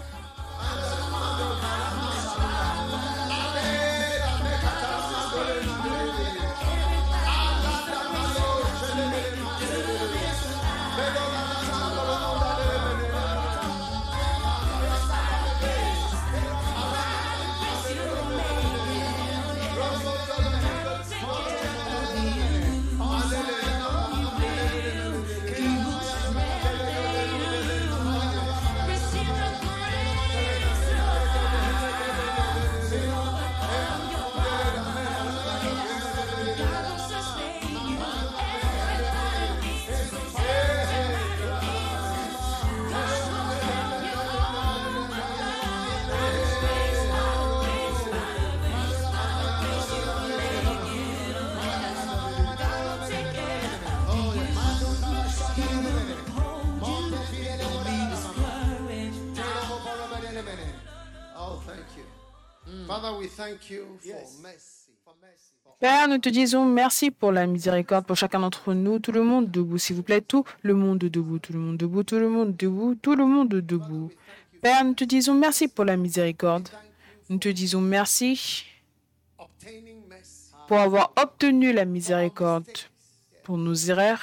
Oh, thank you. Father, we thank you for mercy. Père, nous te disons merci pour la miséricorde pour chacun d'entre nous. Tout le monde debout, s'il vous plaît. Tout le monde debout, tout le monde debout, tout le monde debout, tout le monde debout. Père, nous te disons merci pour la miséricorde. Nous te disons merci Obtaining mercy. pour avoir obtenu la miséricorde pour nos erreurs.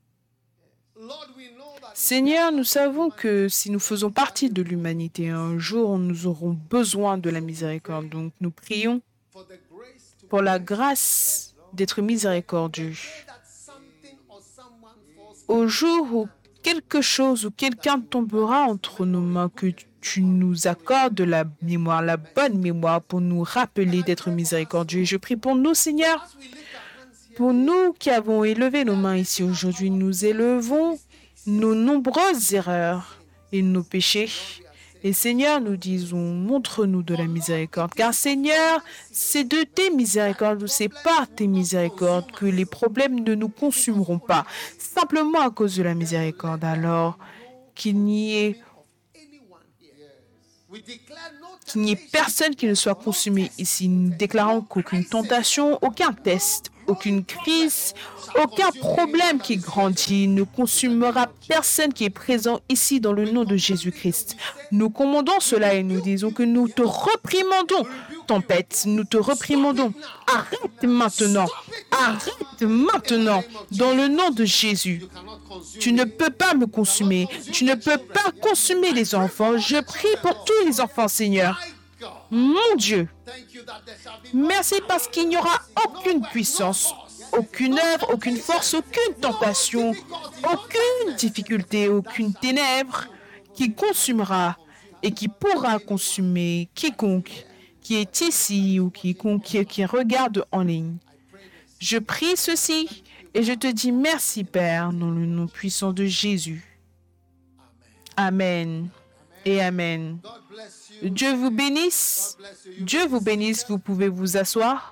Lord, we know that Seigneur, nous savons que si nous faisons partie de l'humanité, un jour, nous aurons besoin de la miséricorde. Donc, nous prions for the grace to pour la grâce d'être miséricordieux. that something or someone falls. Au jour où quelque chose ou quelqu'un tombera entre nos mains, que tu nous accordes la mémoire, la bonne mémoire pour nous rappeler d'être miséricordieux. Je prie pour nous, Seigneur, pour nous qui avons élevé nos mains ici aujourd'hui, nous élevons nos nombreuses erreurs et nos péchés. Et Seigneur, nous disons, montre-nous de la miséricorde. Car Seigneur, c'est de tes miséricordes ou c'est par tes miséricordes que les problèmes ne nous consumeront pas. Simplement à cause de la miséricorde. Alors, qu'il n'y ait We declare no qu'il n'y ait personne qui ne soit consumé ici. Nous déclarons qu'aucune tentation, aucun test, aucune crise, aucun problème qui grandit ne consumera personne qui est présent ici dans le nom de Jésus-Christ. Nous commandons cela et nous disons que nous te reprimandons, tempête, nous te reprimandons. Arrête maintenant, dans le nom de Jésus. cannot consume. Tu ne peux pas me consumer. Tu ne peux pas consumer les enfants. Je prie pour tous les enfants, Seigneur. God, Mon Dieu, thank you that there shall be merci parce qu'il n'y aura aucune puissance, aucune œuvre, aucune force, aucune tentation, aucune difficulté, aucune ténèbre qui consumera et qui pourra consumer quiconque qui est ici ou quiconque qui regarde en ligne. Je prie ceci et je te dis merci, Père, dans le nom puissant de Jésus. Amen et Amen. God bless you. Dieu vous bénisse. God bless you. Dieu vous bénisse. Vous pouvez vous asseoir.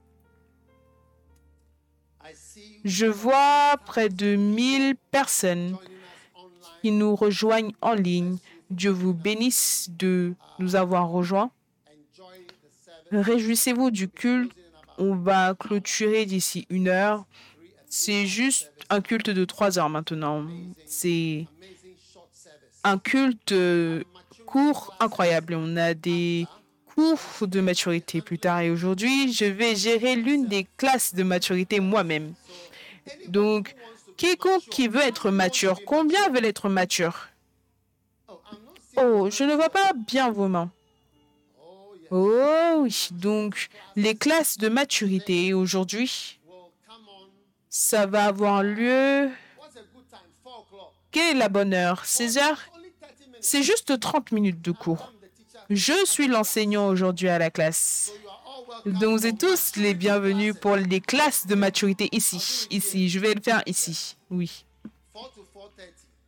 I see you Je vois près de 1000 personnes joining us online. qui nous rejoignent en ligne. Dieu vous bénisse de nous avoir rejoints. Enjoy the service. Réjouissez-vous du culte. On va clôturer d'ici 1 heure. C'est juste un culte de 3 heures maintenant. C'est Amazing short service. un culte court, incroyable. Et on a des cours de maturité plus tard. Et aujourd'hui, je vais gérer l'une des classes de maturité moi-même. Donc, quiconque qui veut être mature, combien veulent être matures? Oh, I'm not seeing. Oh, je ne vois pas bien vos mains. Oh, yes. Oh oui, donc les classes de maturité aujourd'hui, Well, come on. ça va avoir lieu. What's a good time? 4 o'clock. Quelle est la bonne heure? 16 heures? Only 30 minutes. C'est juste 30 minutes de cours. I'm the teacher. Je suis l'enseignant aujourd'hui à la classe. So you are all welcome. Donc vous êtes tous les bienvenus pour les classes de maturité ici. Ici, je vais le faire ici. Oui. 4 to 4:30.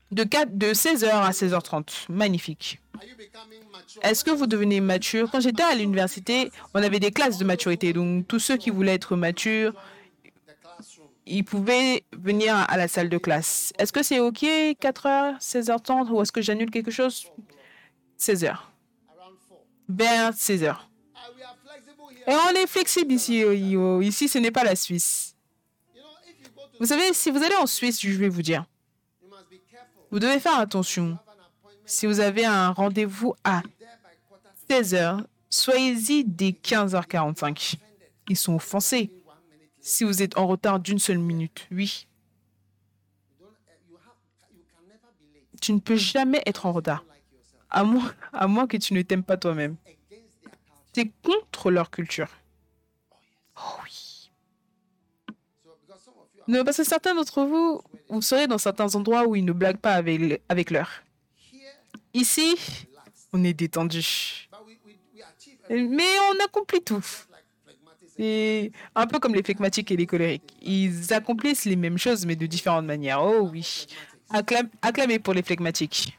de 16h à 16h30. Magnifique. Are you becoming mature? Est-ce que vous devenez mature? Quand j'étais à l'université, on avait des classes de maturité. Donc, tous ceux qui voulaient être matures, The classroom. ils pouvaient venir à la salle de classe. Est-ce que c'est OK, 4h, 16h30, ou est-ce que j'annule quelque chose? 16h. Around 4. Vers 16h. We are flexible here. Et on est flexible ici. Ici, ce n'est pas la Suisse. You know, if you go to, Vous savez, si vous allez en Suisse, je vais vous dire, you must be careful. vous devez faire attention. Have an appointment Si vous avez un rendez-vous à there by quarter to 16h, soyez-y dès 15h45. Ils sont offensés 1 minute. si vous êtes en retard d'une seule minute. Oui, You can never be late. tu ne peux jamais être en retard, Like yourself. à moins que tu ne t'aimes pas toi-même. Against their culture. C'est contre leur culture. Oh oui. So because some of you are Non, parce que certains d'entre vous, vous serez dans certains endroits où ils ne blaguent pas avec l'heure. here, Ici, relaxed. on est détendu. But we achieve everything Mais on accomplit tout. like phlegmatics. Et un peu comme les flegmatiques et les colériques. Ils accomplissent les mêmes choses, mais de différentes manières. Oh oui. Acclamez pour les flegmatiques.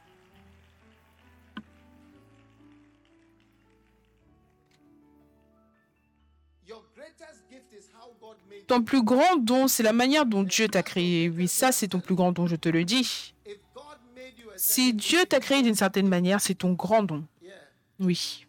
Your greatest gift is how God made you. Ton plus grand don, c'est la manière dont Dieu t'a créé. Oui, ça, c'est ton plus grand don, je te le dis. If God made you a Si Dieu t'a créé d'une certaine manière, c'est ton grand don. yeah. Oui.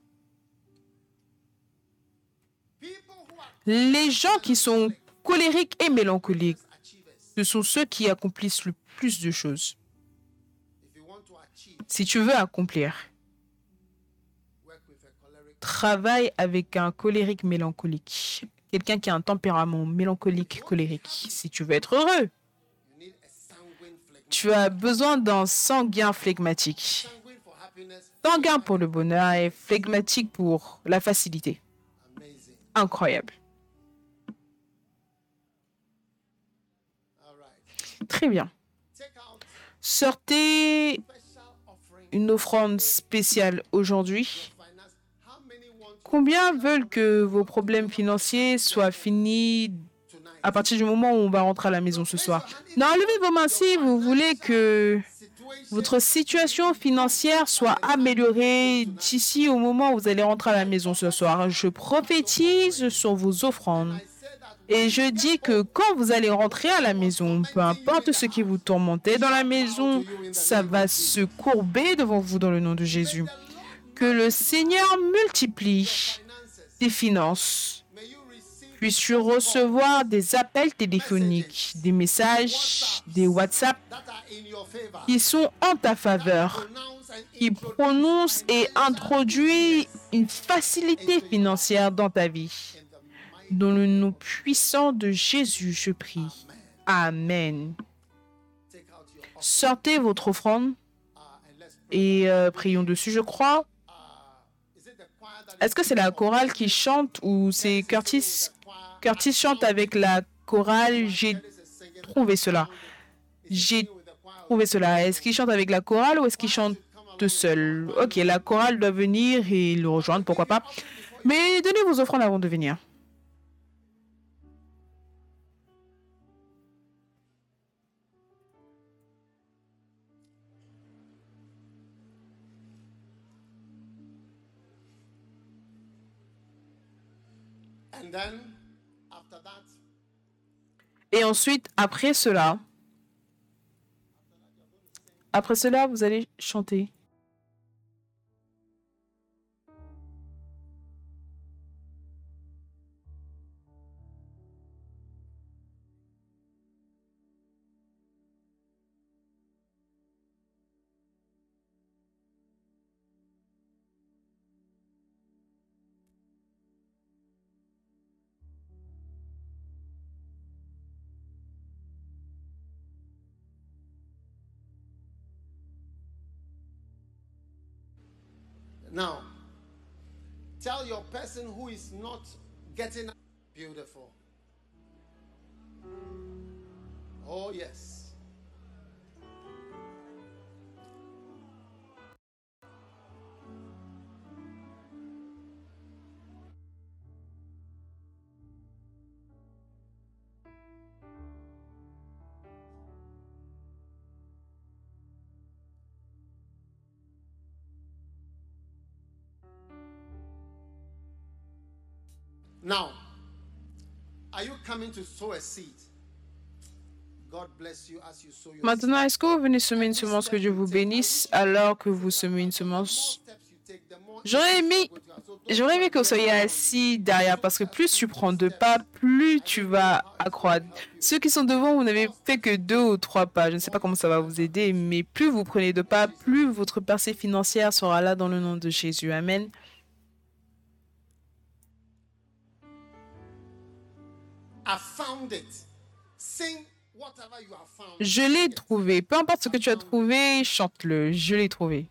People who are Les gens qui sont colériques et mélancoliques, achievers. ce sont ceux qui accomplissent le plus de choses. If you want to achieve, Si tu veux accomplir, work with a choleric. travaille avec un colérique mélancolique. Quelqu'un qui a un tempérament mélancolique colérique. Si tu veux être heureux, You need a sanguine phlegmatic. tu as besoin d'un sanguin flegmatique. Sanguine for happiness. Sanguin pour le bonheur et flegmatique pour la facilité. Amazing. Incroyable. All right. Très bien. Take out Sortez special offering une offrande spéciale aujourd'hui. finance. How many want to Combien veulent que vos problèmes financiers soient finis tonight? à partir du moment où on va rentrer à la maison ce soir? Non, levez vos mains si vous voulez que Situation votre situation financière soit améliorée d'ici au moment où vous allez rentrer à la maison ce soir. Je prophétise sur vos offrandes. said that Et je dis que quand vous allez rentrer à la maison, peu importe ce qui vous tourmentait dans la maison, ça va se courber devant vous dans le nom de Jésus. Que le Seigneur multiplie finances tes finances. may you receive Puisses-tu recevoir des appels téléphoniques, des messages, des WhatsApp that are in your favor. qui sont en ta faveur, Pronounce and qui prononcent et introduisent une facilité financière dans ta vie. in the mighty Dans le nom puissant de Jésus, je prie. Amen. take out your offering Sortez votre offrande and let's pray. et prions dessus, je crois. Is it the choir that Est-ce que c'est la chorale qui chante ou c'est Curtis? Curtis chante avec la chorale. J'ai is singing trouvé cela. J'ai with the choir? trouvé cela. Est-ce qu'il chante avec la chorale ou est-ce qu'il chante tout seul? Ok, la chorale doit venir et le rejoindre, pourquoi pas. Mais donnez vos offrandes avant de venir. And then after that, Et ensuite, après cela, vous allez chanter. now tell your person who is not getting beautiful. Oh yes. Now, are you coming to sow a seed? God bless you as you sow your Maintenant, est-ce que vous venez semer une semence? Que Dieu vous bénisse alors que vous semez une semence. J'aurais aimé que vous soyez assis derrière parce que plus tu prends 2 pas, plus tu vas accroître. Ceux qui sont devant, vous n'avez fait que 2 ou 3 pas. Je ne sais pas comment ça va vous aider, mais plus vous prenez 2 pas, plus votre percée financière sera là dans le nom de Jésus. Amen. I found it. Sing whatever you have found. Je l'ai trouvé. Peu importe ce que tu as trouvé, chante-le. Je l'ai trouvé.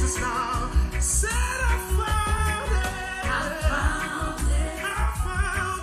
I found it.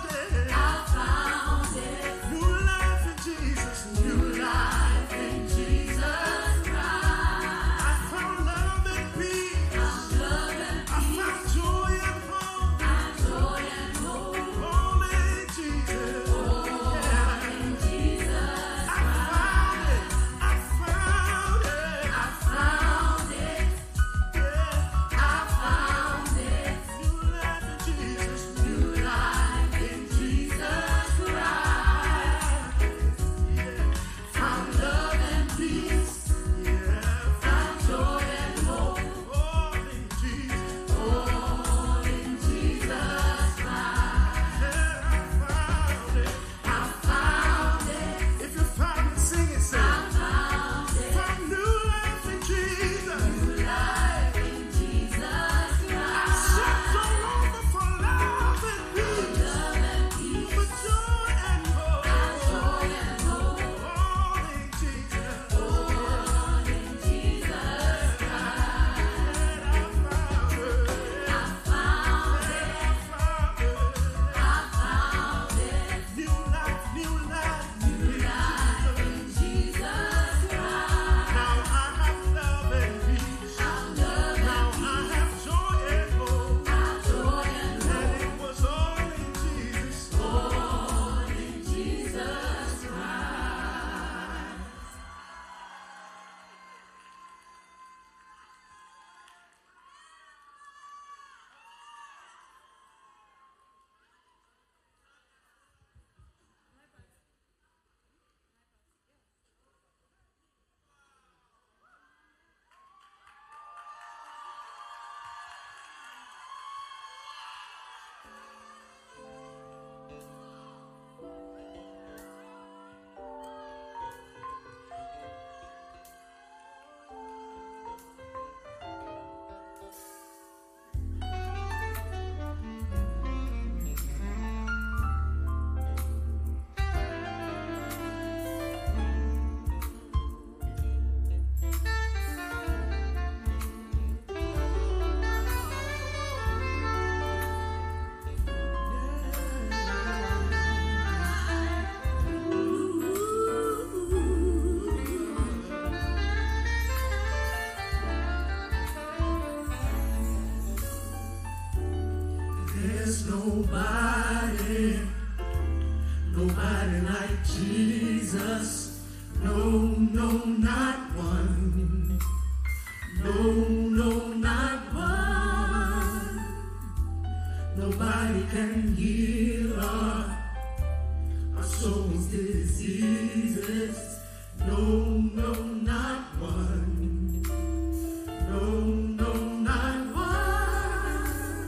No, no, not one. No, no, not one. Nobody can heal our soul's diseases. No, no, not one. No, no, not one.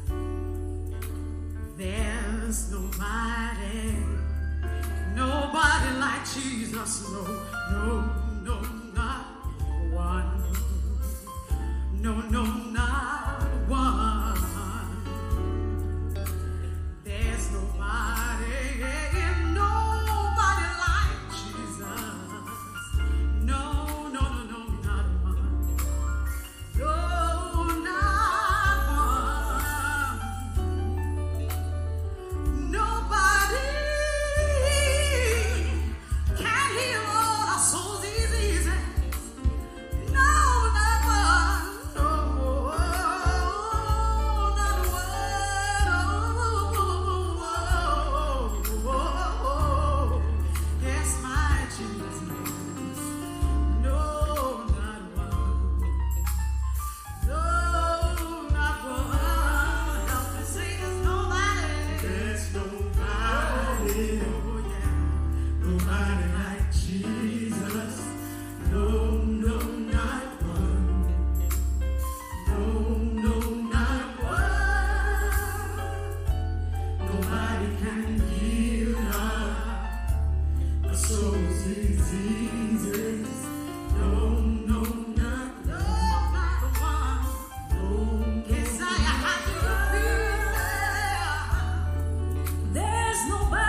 There's nobody like Jesus. No, no, no, not one. No, no, not one. There's nobody like Jesus. No, no, no, no, not one. No, not one. Nobody can heal all our soul diseases. No, not one. No, not one. Yes, my Jesus. No, not one. No, not one. Help me sing. There's nobody. There's nobody. Oh, yeah. Nobody like Jesus. No, no, not one. No, no, not one. Nobody can heal our soul's diseases. No, no, not one. No, yes, I have to feel there's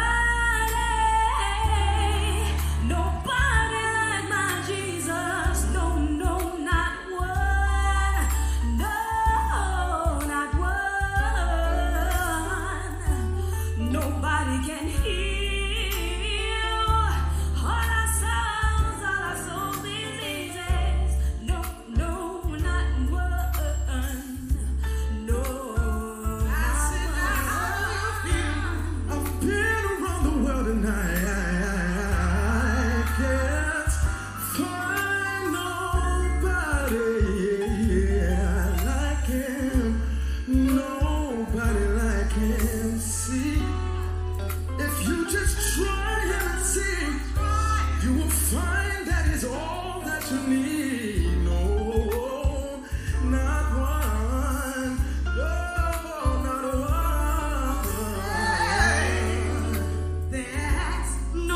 nobody like my Jesus. No, no, not one. No, not one. Nobody can heal all our soul diseases. No, no, not one. No. I've been around the world and I can't find nobody like him. Nobody like him. See, if you just try him and see, you will find that he's all that you need. No, not one. No, not one. There's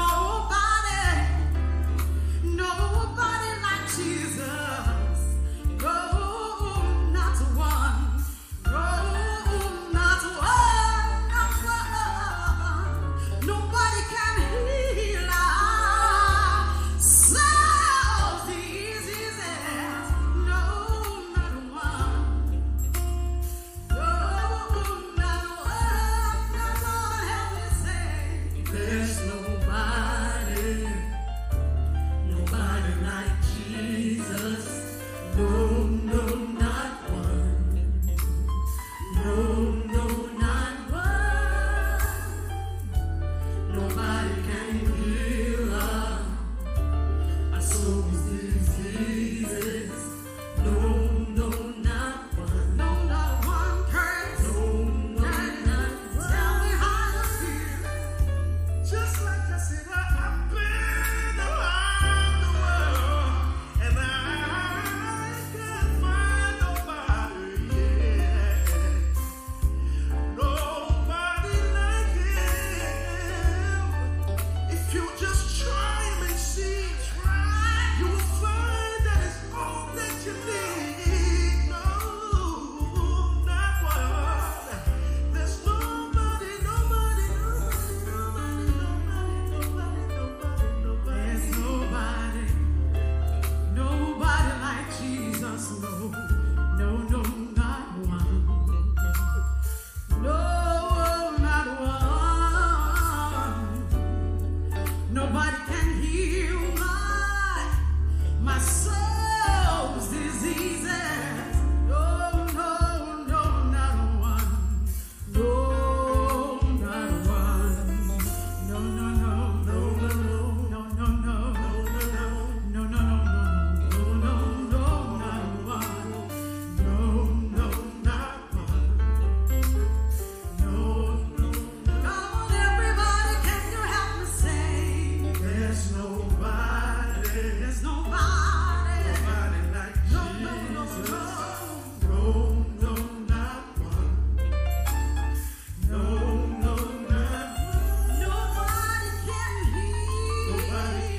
nobody like Jesus. No, not one. No, not one. Not one. Nobody can heal our soul diseases.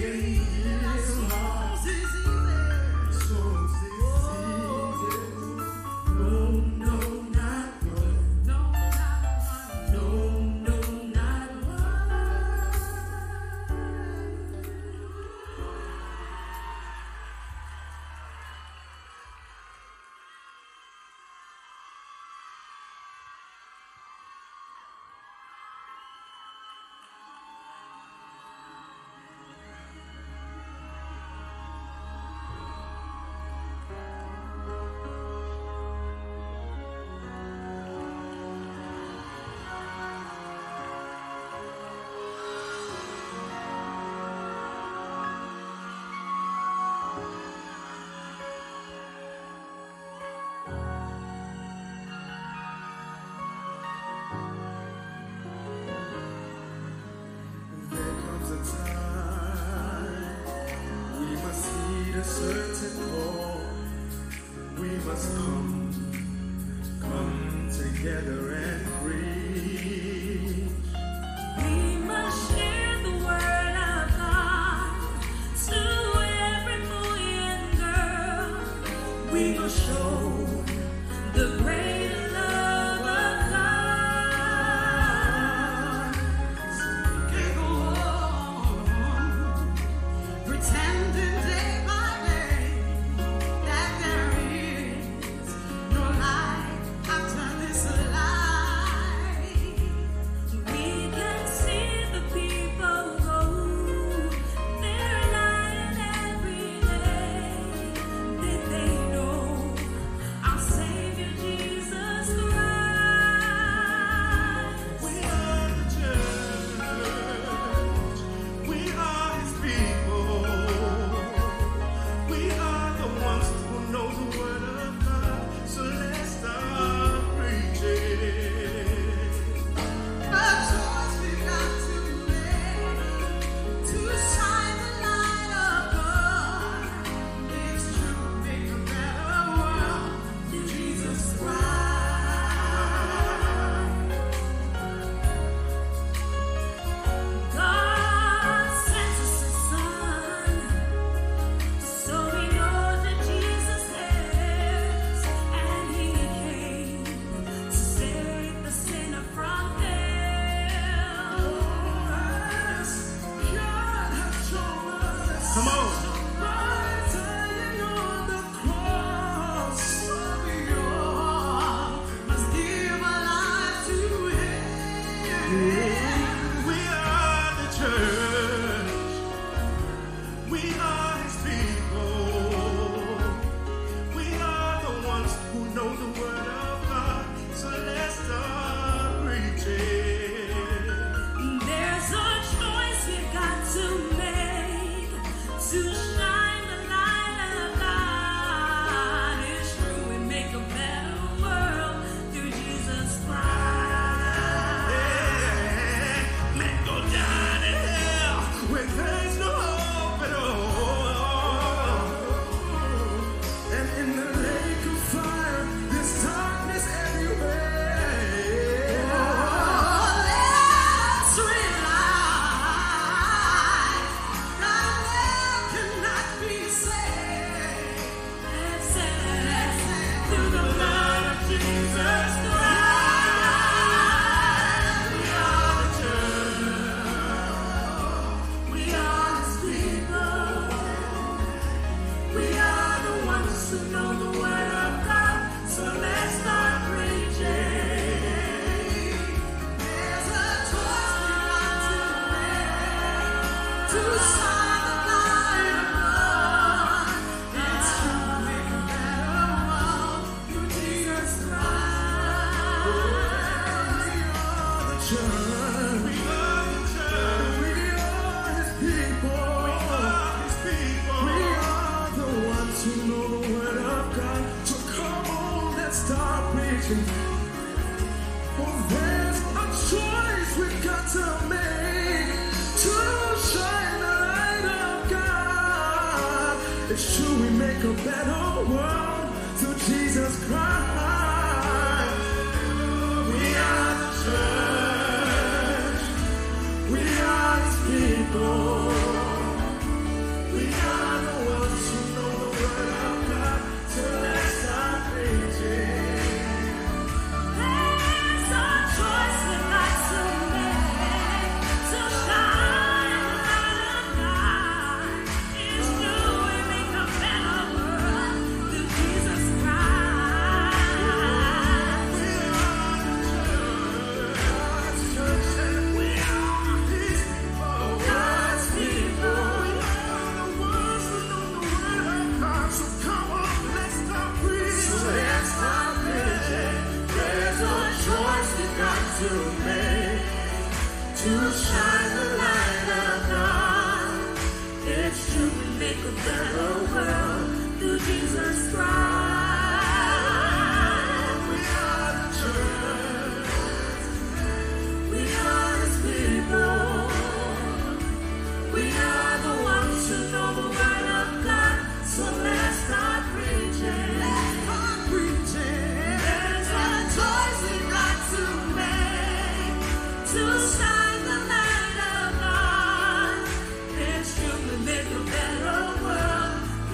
There comes a time we must heed a certain call. We must come together and preach. We must share the word of God to every boy and girl. We must show the great love of God. So we can go on pretending day by day that there is no life after this life. We can see the people go their life every day. Did they know our Savior Jesus Christ? We are the church. We are His people. We are the ones who know the word of God. So let's start preaching. A choice we got to make to shine the light of God. It's true, make a better world through Jesus Christ. God sent us His Son, so we know that Jesus lives, and He came to save the sinner from hell. God has shown us. Come on. By dying on the cross, so we all must give our lives to Him. We are the church. We are His people. We are the ones who know the word of God. So let's start preaching. There's a choice we've got to make to shine the light of God. It's true, we make a better world through Jesus Christ. Let's go down to hell where there's no hope at all. And in the lake of fire, there's darkness everywhere. Let's realize that world cannot be saved. Let's say through the blood of Jesus Christ. We are the church. We are His people. We are the ones who know the word of God. So let's start preaching. There's a choice we got to make to shine the light of God. It's true, make a better world through Jesus Christ. We are the church. We are the church. We are His people. We are His people. We are the ones who know the word of God. So come on, let's start preaching. For there's a choice we've got to make to shine the light of God. It's true, we make a better world through Jesus Christ. We are the church. We are His people. make a better world through Jesus Christ. We are the church. We are His people. We are the ones who know the word of God. So let's start preaching. Let's start preaching. There's a choice we got to make to shine the light of God. It's true, we make a better world.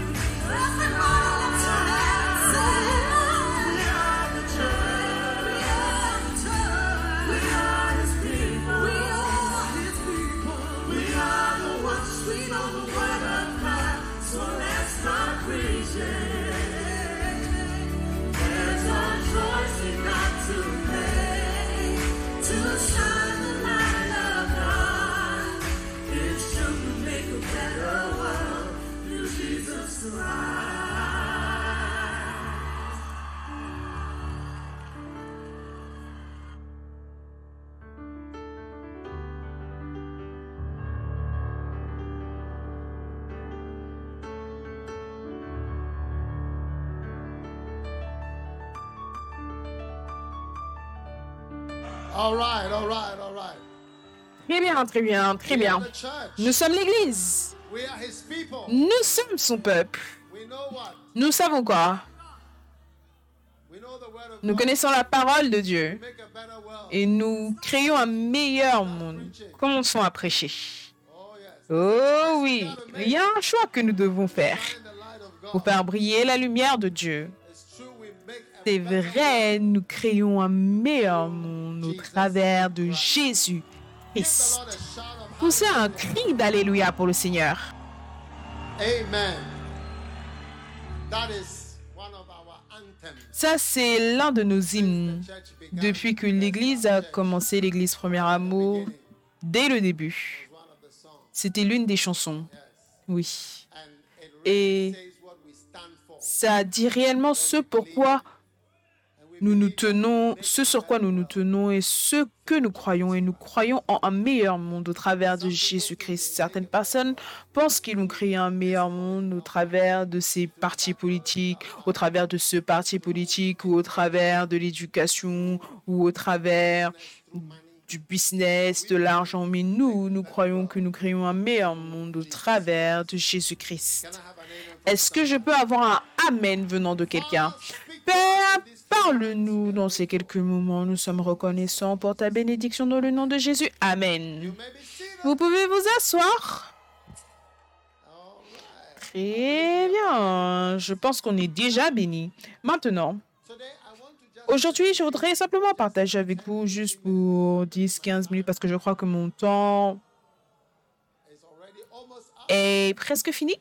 All right, all right, all right. Très bien, très bien, très We are bien. the church. Nous sommes l'Église. We are His people. Nous sommes son peuple. We know what? Nous savons quoi? We know the word of Nous God. connaissons la parole de Dieu. Make a better world. Et nous créons un meilleur monde. Commençons à prêcher. Oh yes. Oh oui, il y a un choix que nous devons faire Shine the light of God. pour faire briller la lumière de Dieu. It's true, we make a C'est better vrai, nous créons un meilleur monde au travers de Jésus Give the Christ. Lord a shout of Poussez un cri d'Alléluia pour le Seigneur. Amen. That is one of our anthems. Ça, c'est l'un de nos hymnes. Church began Depuis que l'Église a commencé, l'Église Premier Amour, dès le début, one of the songs. c'était l'une des chansons. Oui. And it Et really says what we stand for. ça dit réellement ce pourquoi nous nous tenons, ce sur quoi nous nous tenons et ce que nous croyons. Et nous croyons en un meilleur monde au travers de Jésus-Christ. Certaines personnes pensent qu'ils vont créer un meilleur monde au travers de ces partis politiques, au travers de ce parti politique ou au travers de l'éducation ou au travers du business, de l'argent. Mais nous croyons que nous créons un meilleur monde au travers de Jésus-Christ. Est-ce que je peux avoir un Amen venant de quelqu'un? Père, parle-nous dans ces quelques moments. Nous sommes reconnaissants pour ta bénédiction dans le nom de Jésus. Amen. Maybe see that. Vous pouvez vous asseoir. Très bien. Je pense qu'on est déjà béni. Maintenant, Today, I want to just aujourd'hui, je voudrais simplement partager avec vous juste pour 10-15 minutes parce que je crois que mon temps it's already almost up. est presque fini.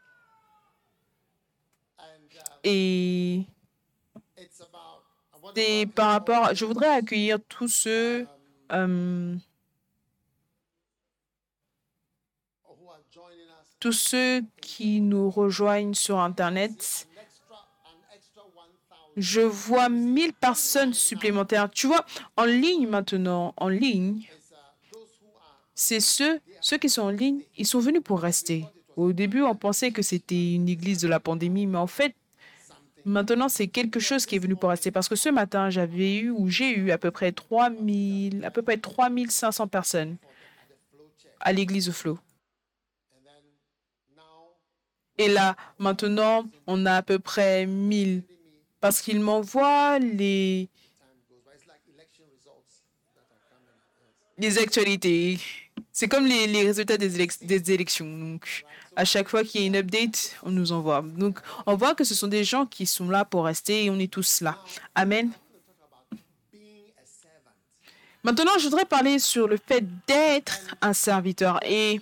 And Et it's about, I want to c'est welcome par rapport, je voudrais accueillir tous ceux who are joining us. tous ceux qui nous rejoignent sur Internet. An extra 1,000. Je vois 1000 personnes supplémentaires. Tu vois, en ligne maintenant, en ligne, Those who are c'est ceux qui sont en ligne, ils sont venus pour rester. Au début, on pensait que c'était une église de la pandémie, mais en fait, maintenant, c'est quelque chose qui est venu pour rester. Parce que ce matin, j'ai eu à peu près 3500 personnes à l'église Flow. and then now Et là, maintenant, on a à peu près 1000. Parce qu'ils m'envoient les goes by. It's like election results that are coming. les actualités. C'est comme les résultats des élections. Donc, à chaque fois qu'il y a une update, on nous envoie. Donc, on voit que ce sont des gens qui sont là pour rester et on est tous là. Amen. Being a servant. Maintenant, je voudrais parler sur le fait d'être un serviteur. Et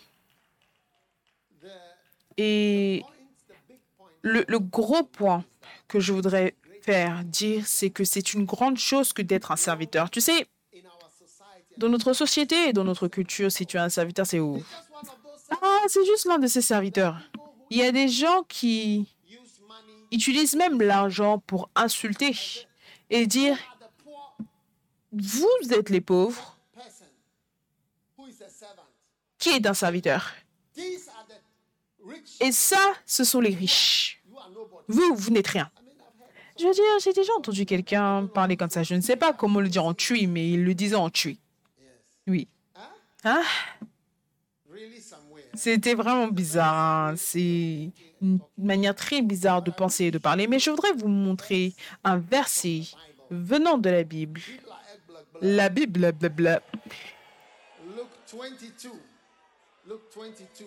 The big point le gros point que je voudrais dire, c'est que c'est une grande chose que d'être un serviteur. Tu sais, in our society. dans notre société et dans notre culture, si tu es un serviteur, c'est où? Just one of those Ah, c'est juste l'un de ces serviteurs. Il y a des gens qui use money utilisent même l'argent pour insulter et dire at the poor vous êtes les pauvres. person who is a servant. Qui est un serviteur? These are the rich Et ça, ce sont les riches. You are nobody. Vous n'êtes rien. I mean, I've heard. Je veux dire, j'ai déjà entendu quelqu'un parler comme ça. Je ne sais pas comment le dire en tui, mais il le disait en tui. Yes. Oui. Huh? Hein? Really somewhere. C'était vraiment bizarre. Hein. C'est une manière très bizarre de penser et de parler. Mais je voudrais vous montrer un verset venant de la Bible. People are egg blood, blood. La Bible, blablabla. Luke 22. Luke 22.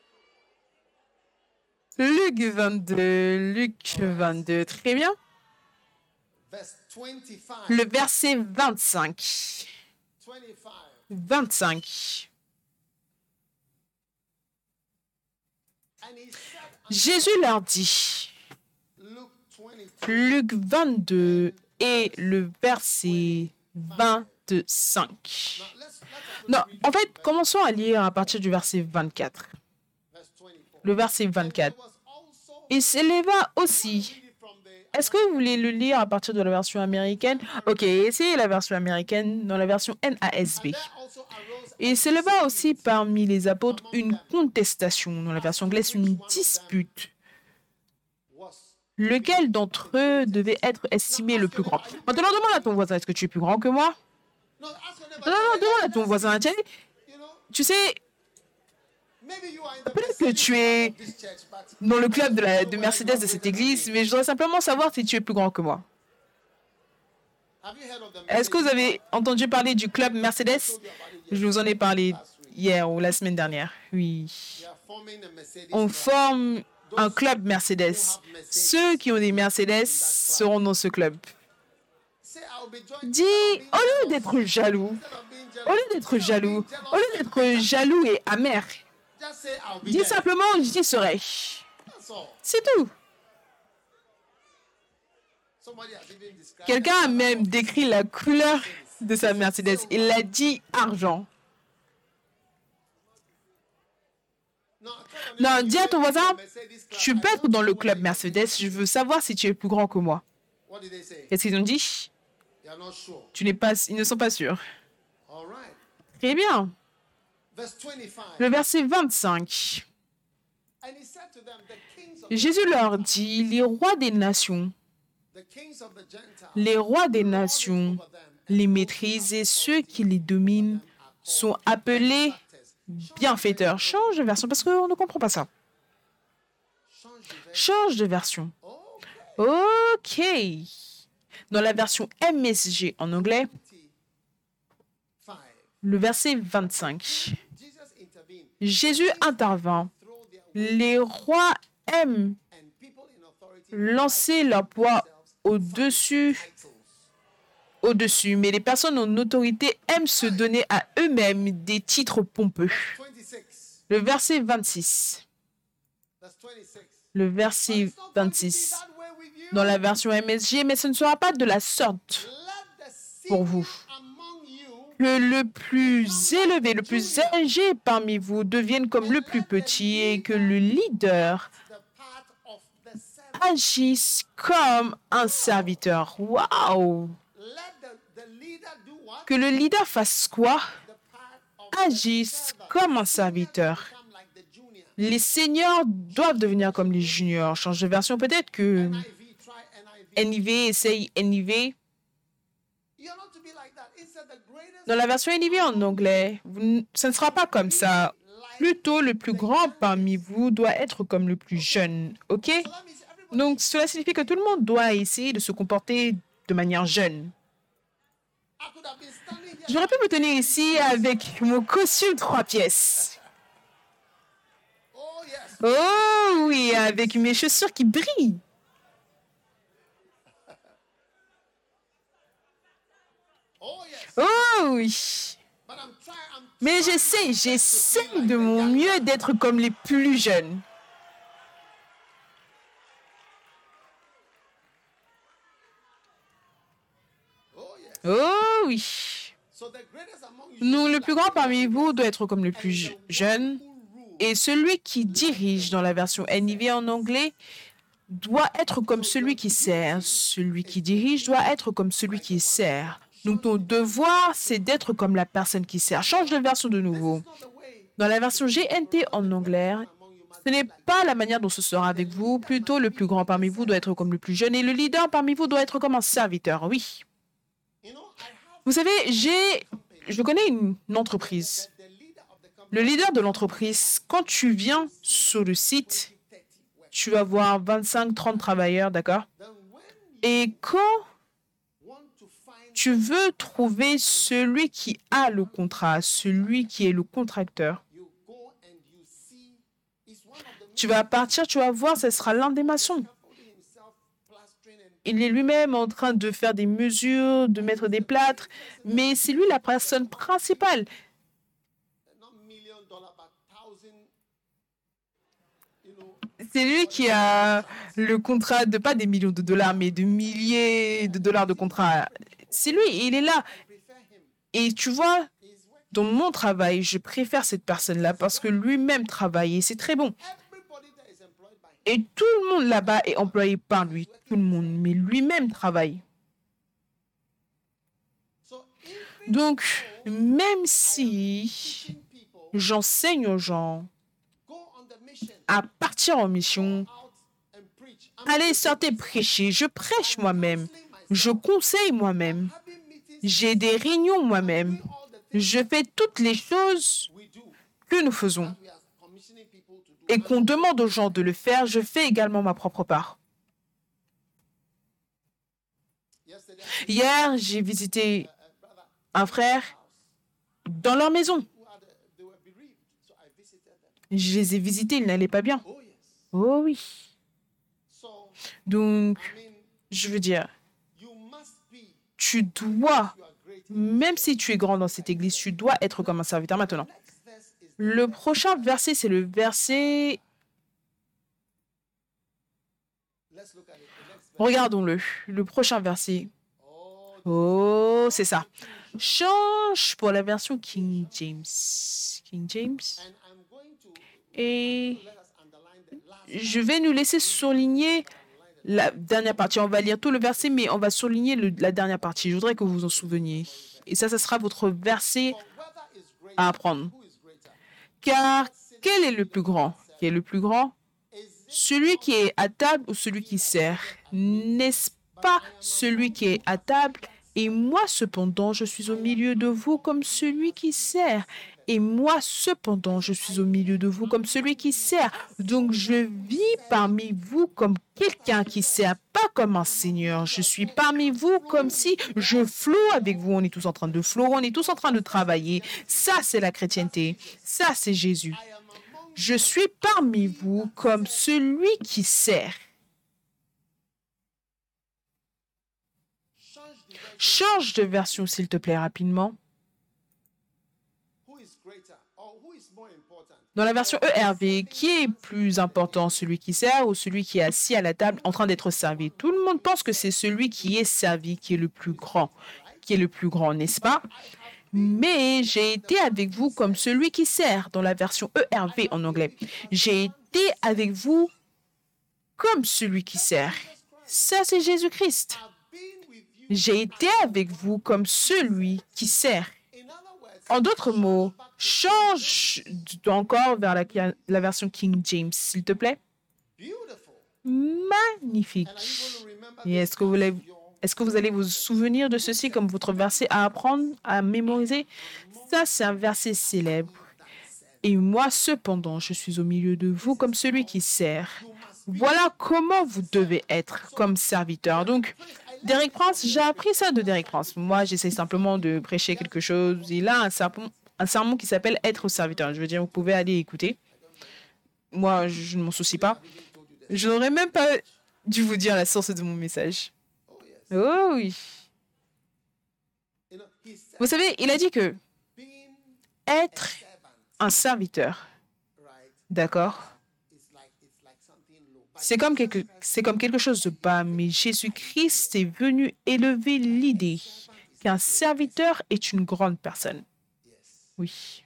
Luc 22, Luc 22. Très bien. Verse 25. Le verset 25. 25. 25. And he said, Jésus leur dit, Luke 22. Luc 22 et le verset 25. Let's Non, en fait, commençons à lire à partir du verset 24. verse 24. Le verset 24. Was also Il s'éleva aussi. from the Est-ce que vous voulez le lire à partir de la version américaine? Ok, essayez la version américaine dans la version NASB. there also arose Il s'éleva aussi parmi les apôtres une contestation, dans la version anglaise une dispute. was Lequel d'entre eux devait être estimé le plus grand? Maintenant, demande à ton voisin, est-ce que tu es plus grand que moi? no ask your neighbor. Non, non, demande à ton voisin. Tiens, You know, tu sais, maybe you are in the peut-être que tu es of this church, but dans le club de Mercedes de cette église, mais je voudrais simplement savoir si tu es plus grand que moi. have you heard of the Est-ce que vous avez entendu parler du club Mercedes? Je vous en ai parlé hier ou la semaine dernière. Oui. They are forming a Mercedes On club. forme un club Mercedes. Ceux qui ont des Mercedes seront dans ce club. Say, I'll be joined. Dis, au lieu d'être jaloux, au lieu d'être jaloux, au lieu d'être jaloux et amer, Just say, I'll be dis there. simplement, j'y serai. That's all. C'est tout. Somebody has even described Quelqu'un a même décrit la couleur de sa Mercedes. Il l'a dit argent. No, tell your Non, dis à ton voisin, Mercedes club. tu peux être dans le club Mercedes. Je veux savoir si tu es plus grand que moi. What did they say? Qu'est-ce qu'ils ont dit? They are not sure. Ils ne sont pas sûrs. All right. Très bien. Verse 25. Le verset 25. And he said to them, the kings of Jésus leur dit, les rois des nations, les rois des nations les maîtrisent et ceux qui les dominent sont appelés bienfaiteurs. Change de version parce qu'on ne comprend pas ça. Change de version. OK. Dans la version MSG en anglais, le verset 25. Jésus intervint. Les rois aiment lancer leur poids au-dessus, mais les personnes en autorité aiment se donner à eux-mêmes des titres pompeux. Le verset 26. Le verset 26. Dans la version MSG, mais ce ne sera pas de la sorte pour vous. Que le plus élevé, le plus âgé parmi vous devienne comme le plus petit et que le leader agisse comme un serviteur. Waouh! Que le leader fasse quoi? Agisse comme un serviteur. Les seniors doivent devenir comme les juniors. Change de version, peut-être que NIV, essaye NIV. Dans la version NIV en anglais, ce ne sera pas comme ça. Plutôt, le plus grand parmi vous doit être comme le plus jeune. OK? Donc, cela signifie que tout le monde doit essayer de se comporter de manière jeune. J'aurais pu me tenir ici avec mon costume 3 pièces. Oh oui, avec mes chaussures qui brillent. Oh oui. Mais j'essaie de mon mieux d'être comme les plus jeunes. Oh oui. Nous, le plus grand parmi vous doit être comme le plus jeune. Et celui qui dirige dans la version NIV en anglais doit être comme celui qui sert. Celui qui dirige doit être comme celui qui sert. Donc, ton devoir, c'est d'être comme la personne qui sert. Change de version de nouveau. Dans la version GNT en anglais, Ce n'est pas la manière dont ce sera avec vous. Plutôt, le plus grand parmi vous doit être comme le plus jeune et le leader parmi vous doit être comme un serviteur. Oui. Vous savez, je connais une entreprise. Le leader de l'entreprise, quand tu viens sur le site, tu vas voir 25, 30 travailleurs, d'accord? Et quand tu veux trouver celui qui a le contrat, celui qui est le contracteur, tu vas partir, tu vas voir, ce sera l'un des maçons. Il est lui-même en train de faire des mesures, de mettre des plâtres, mais c'est lui la personne principale. C'est lui qui a le contrat de pas des millions de dollars, mais de milliers de dollars de contrat. C'est lui, il est là. Et tu vois, dans mon travail, je préfère cette personne-là parce que lui-même travaille et c'est très bon. Et tout le monde là-bas est employé par lui, tout le monde, mais lui-même travaille. Donc, même si j'enseigne aux gens à partir en mission, allez, sortez prêcher, je prêche moi-même, je conseille moi-même, j'ai des réunions moi-même, je fais toutes les choses que nous faisons. Et qu'on demande aux gens de le faire, je fais également ma propre part. Hier, j'ai visité un frère dans leur maison. Je les ai visités, ils n'allaient pas bien. Oh oui. Donc, je veux dire, tu dois, même si tu es grand dans cette église, tu dois être comme un serviteur maintenant. Le prochain verset, c'est le verset... Regardons-le. Le prochain verset. Oh, c'est ça. Change pour la version King James. King James. Et je vais nous laisser souligner la dernière partie. On va lire tout le verset, mais on va souligner la dernière partie. Je voudrais que vous vous en souveniez. Et ça sera votre verset à apprendre. Car quel est le plus grand? Qui est le plus grand? Celui qui est à table ou celui qui sert? N'est-ce pas celui qui est à table? Et moi, cependant, je suis au milieu de vous comme celui qui sert. Et moi, cependant, je suis au milieu de vous comme celui qui sert. Donc, je vis parmi vous comme quelqu'un qui sert, pas comme un seigneur. Je suis parmi vous comme si je floue avec vous. On est tous en train de flot, on est tous en train de travailler. Ça, c'est la chrétienté. Ça, c'est Jésus. Je suis parmi vous comme celui qui sert. Change de version, s'il te plaît, rapidement. Dans la version ERV, qui est plus important, celui qui sert ou celui qui est assis à la table en train d'être servi? Tout le monde pense que c'est celui qui est servi qui est le plus grand, n'est-ce pas? Mais j'ai été avec vous comme celui qui sert, dans la version ERV en anglais. J'ai été avec vous comme celui qui sert. Ça, c'est Jésus-Christ. J'ai été avec vous comme celui qui sert. En d'autres mots, change encore vers la version King James, s'il te plaît. Magnifique. Et est-ce que vous allez vous souvenir de ceci comme votre verset à apprendre, à mémoriser? Ça, c'est un verset célèbre. Et moi, cependant, je suis au milieu de vous comme celui qui sert. Voilà comment vous devez être comme serviteur. Donc, Derek Prince, j'ai appris ça de Derek Prince. Moi, j'essaie simplement de prêcher quelque chose. Il a un sermon qui s'appelle « Être serviteur ». Je veux dire, vous pouvez aller écouter. Moi, je ne m'en soucie pas. Je n'aurais même pas dû vous dire la source de mon message. Oh oui. Vous savez, il a dit que être un serviteur, d'accord, c'est comme quelque chose de bas, mais Jésus-Christ est venu élever l'idée qu'un serviteur est une grande personne. Oui.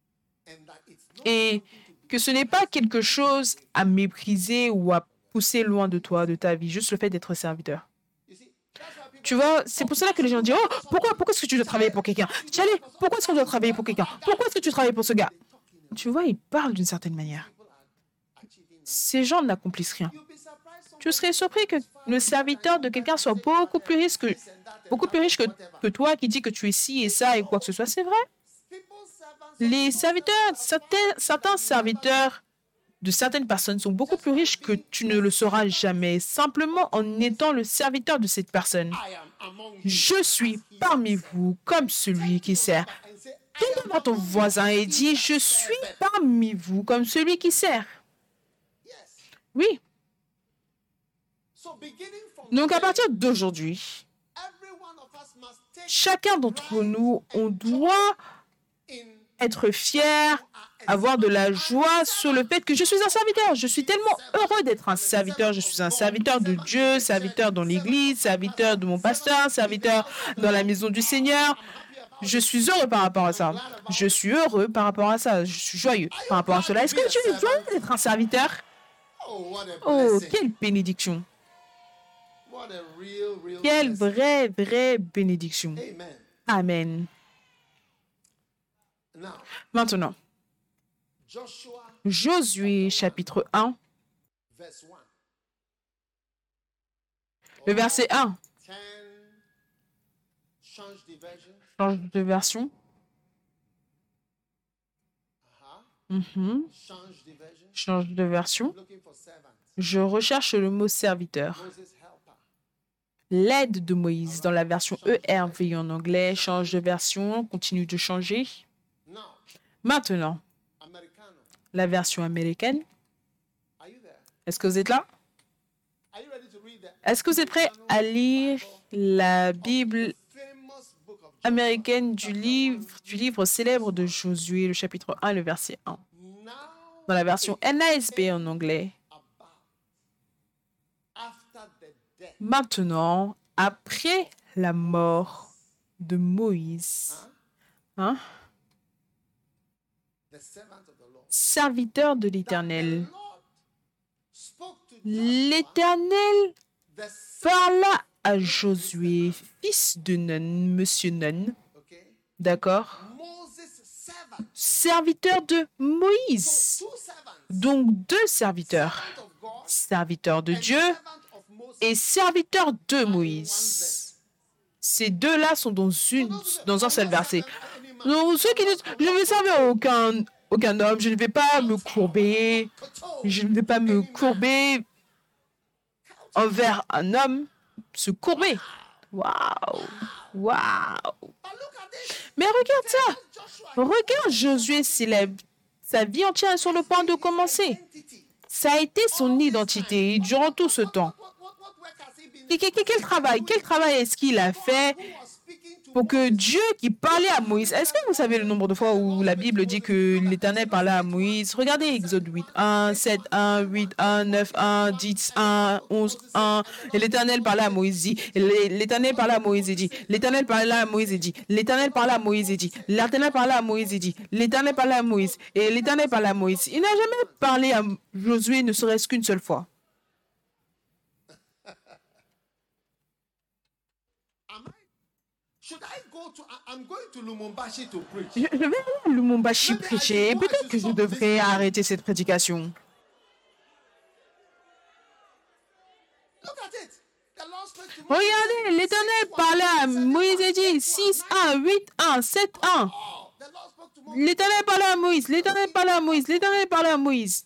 Et que ce n'est pas quelque chose à mépriser ou à pousser loin de toi, de ta vie, juste le fait d'être serviteur. Tu vois, c'est pour cela que les gens disent « Oh, pourquoi est-ce que tu dois travailler pour quelqu'un? Tchallé, pourquoi est-ce qu'on doit travailler pour quelqu'un? Pourquoi est-ce que tu travailles pour ce gars ?» Tu vois, ils parlent d'une certaine manière. ces gens n'accomplissent rien. Tu serais surpris que le serviteur de quelqu'un soit beaucoup plus riche que toi qui dit que tu es ci et ça et quoi que ce soit. C'est vrai. Les serviteurs, certains serviteurs de certaines personnes sont beaucoup plus riches que tu ne le sauras jamais, simplement en étant le serviteur de cette personne. Je suis parmi vous comme celui qui sert. Tourne vers ton voisin et dis, je suis parmi vous comme celui qui sert. Oui. Donc à partir d'aujourd'hui, chacun d'entre nous, on doit être fier, avoir de la joie sur le fait que je suis un serviteur. Je suis tellement heureux d'être un serviteur. Je suis un serviteur de Dieu, serviteur dans l'Église, serviteur de mon pasteur, serviteur dans la maison du Seigneur. Je suis heureux par rapport à ça. Je suis heureux par rapport à ça. Je suis joyeux par rapport à cela. Est-ce que tu es joyeux d'être un serviteur? Oh, quelle bénédiction! Quelle vraie bénédiction. Amen. Maintenant, Josué chapitre 1, le verset 1. Change de version. Change de version. Je recherche le mot serviteur. L'aide de Moïse dans la version ERV en anglais. Change de version, continue de changer. Maintenant, la version américaine. Est-ce que vous êtes là? Est-ce que vous êtes prêts à lire la Bible américaine du livre célèbre de Josué, le chapitre 1, le verset 1? Dans la version NASB en anglais. Maintenant, après la mort de Moïse, serviteur de l'Éternel, l'Éternel parla à Josué, fils de Nun, monsieur Nun, d'accord? Serviteur de Moïse. Donc deux serviteurs. Serviteur de Dieu et serviteur de Moïse. Ces deux-là sont dans un seul verset. Donc, ceux qui disent, je ne vais servir aucun homme, je ne vais pas me courber, envers un homme, se courber. Waouh! Mais regarde ça! Regarde Josué célèbre. Sa vie entière est sur le point de commencer. Ça a été son identité durant tout ce temps. Quel travail est-ce qu'il a fait pour que Dieu qui parlait à Moïse... Est-ce que vous savez le nombre de fois où la Bible dit que l'Éternel parlait à Moïse? Regardez Exode 8, 1, 7, 1, 8, 1, 9, 1, 10, 1, 11, 1. Et l'Éternel parlait à Moïse, dit. L'Éternel parlait à Moïse et dit. L'Éternel parlait à Moïse et dit. L'Éternel parlait à Moïse et dit. L'Éternel parlait à Moïse et dit. L'Éternel parlait à Moïse. Et l'Éternel parlait à Moïse. Il n'a jamais parlé à Josué, ne serait-ce qu'une seule fois. Je vais aller à Lumumbashi prêcher. Peut-être que je devrais arrêter cette prédication. Regardez, l'Éternel parlait à Moïse et dit 6, 1, 8, 1, 7, 1. L'Éternel parlait à Moïse, l'Éternel parlait à Moïse, l'Éternel parlait à Moïse.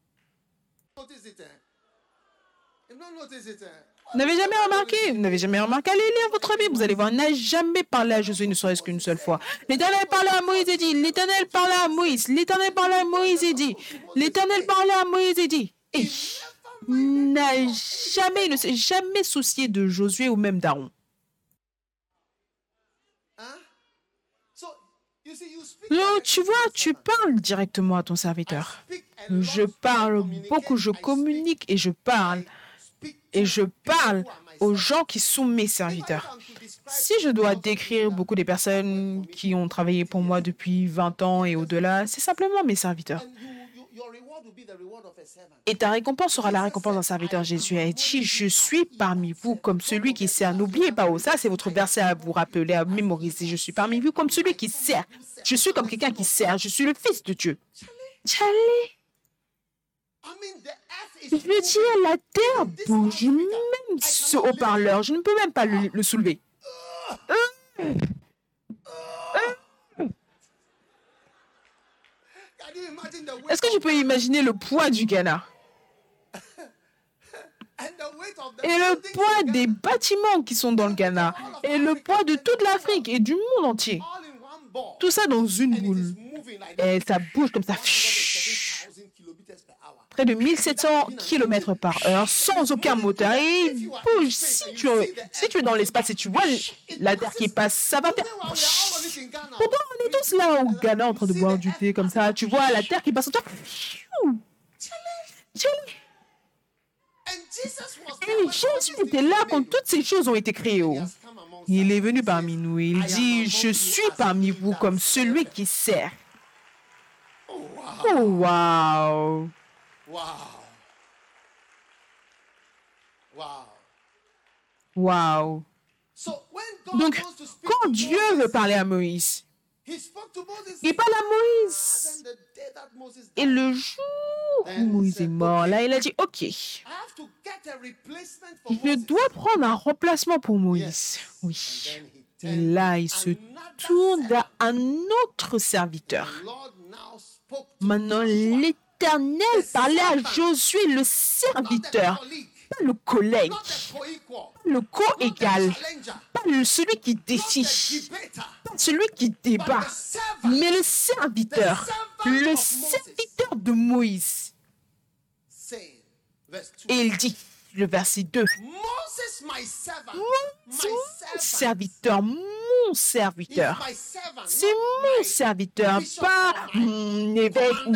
Vous n'avez jamais remarqué? Allez lire votre Bible, vous allez voir, il n'a jamais parlé à Josué, ne serait-ce qu'une seule fois. L'Éternel parlait à Moïse et dit, l'Éternel parlait à Moïse, l'Éternel parlait à Moïse et dit, l'Éternel parlait à Moïse et dit. Et il ne s'est jamais soucié de Josué ou même d'Aaron. Donc, tu vois, tu parles directement à ton serviteur. Je parle beaucoup, je communique et je parle. Et je parle aux gens qui sont mes serviteurs. Si je dois décrire beaucoup des personnes qui ont travaillé pour moi depuis 20 ans et au-delà, c'est simplement mes serviteurs. Et ta récompense sera la récompense d'un serviteur. Jésus a dit, je suis parmi vous comme celui qui sert. N'oubliez pas, ça c'est votre verset à vous rappeler, à mémoriser. Je suis parmi vous comme celui qui sert. Je suis comme quelqu'un qui sert. Je suis le Fils de Dieu. Charlie. I mean, the earth is Je veux dire, la terre bouge, même ce haut-parleur, je ne peux même pas le soulever. Can you imagine the weight Est-ce que tu peux imaginer le poids du Ghana and the weight of the et le buildings poids in des Ghana, bâtiments qui sont dans le Ghana et le poids de toute l'Afrique et du monde entier? all in one ball, Tout ça dans une and it is boule. moving like Et that. ça bouge comme ça. 7,000 kilometers per hour. Près de 1700 km par heure, sans aucun moteur. Et il bouge. Si tu es dans l'espace et tu vois la terre qui passe, ça va faire... Meanwhile, we are all of it in Ghana. Pourtant, on est tous là au Ghana en train de boire du thé comme ça. Tu vois la terre qui passe en toi. And Jesus was there Et when all Jésus these était things là were quand made. toutes ces choses ont été créées. Oh. He has come amongst Il us. est venu parmi nous. Il dit, je suis parmi vous comme celui qui sert. Oh, wow. Oh, wow. Wow. Wow. Wow. So when God Donc, wants to speak quand to Dieu Moses, veut parler à Moïse, he spoke to Moses. il parle à Moïse. Then the day that Moses Et died, le jour où Moïse est mort, là, il a dit, OK, I have to get a replacement for je Moses. dois prendre un remplacement pour Moïse. Oui. Then he Et turned là, il se tourne vers un autre serviteur. the Lord now spoke to Maintenant, Joshua, l'Éternel parlait à Josué, le not the serviteur, colleague, pas le collègue, not the co-equal, le not the co-égal, challenger, pas celui qui not défie, the debater, pas celui qui but débat, the servant. mais le serviteur, le serviteur de Moïse. Saying, verse 2, Et il dit, le verset 2, Moses, my servant, mon serviteur, mon He's serviteur. my servant, C'est not mon my serviteur, bishop pas or my mon évêque ou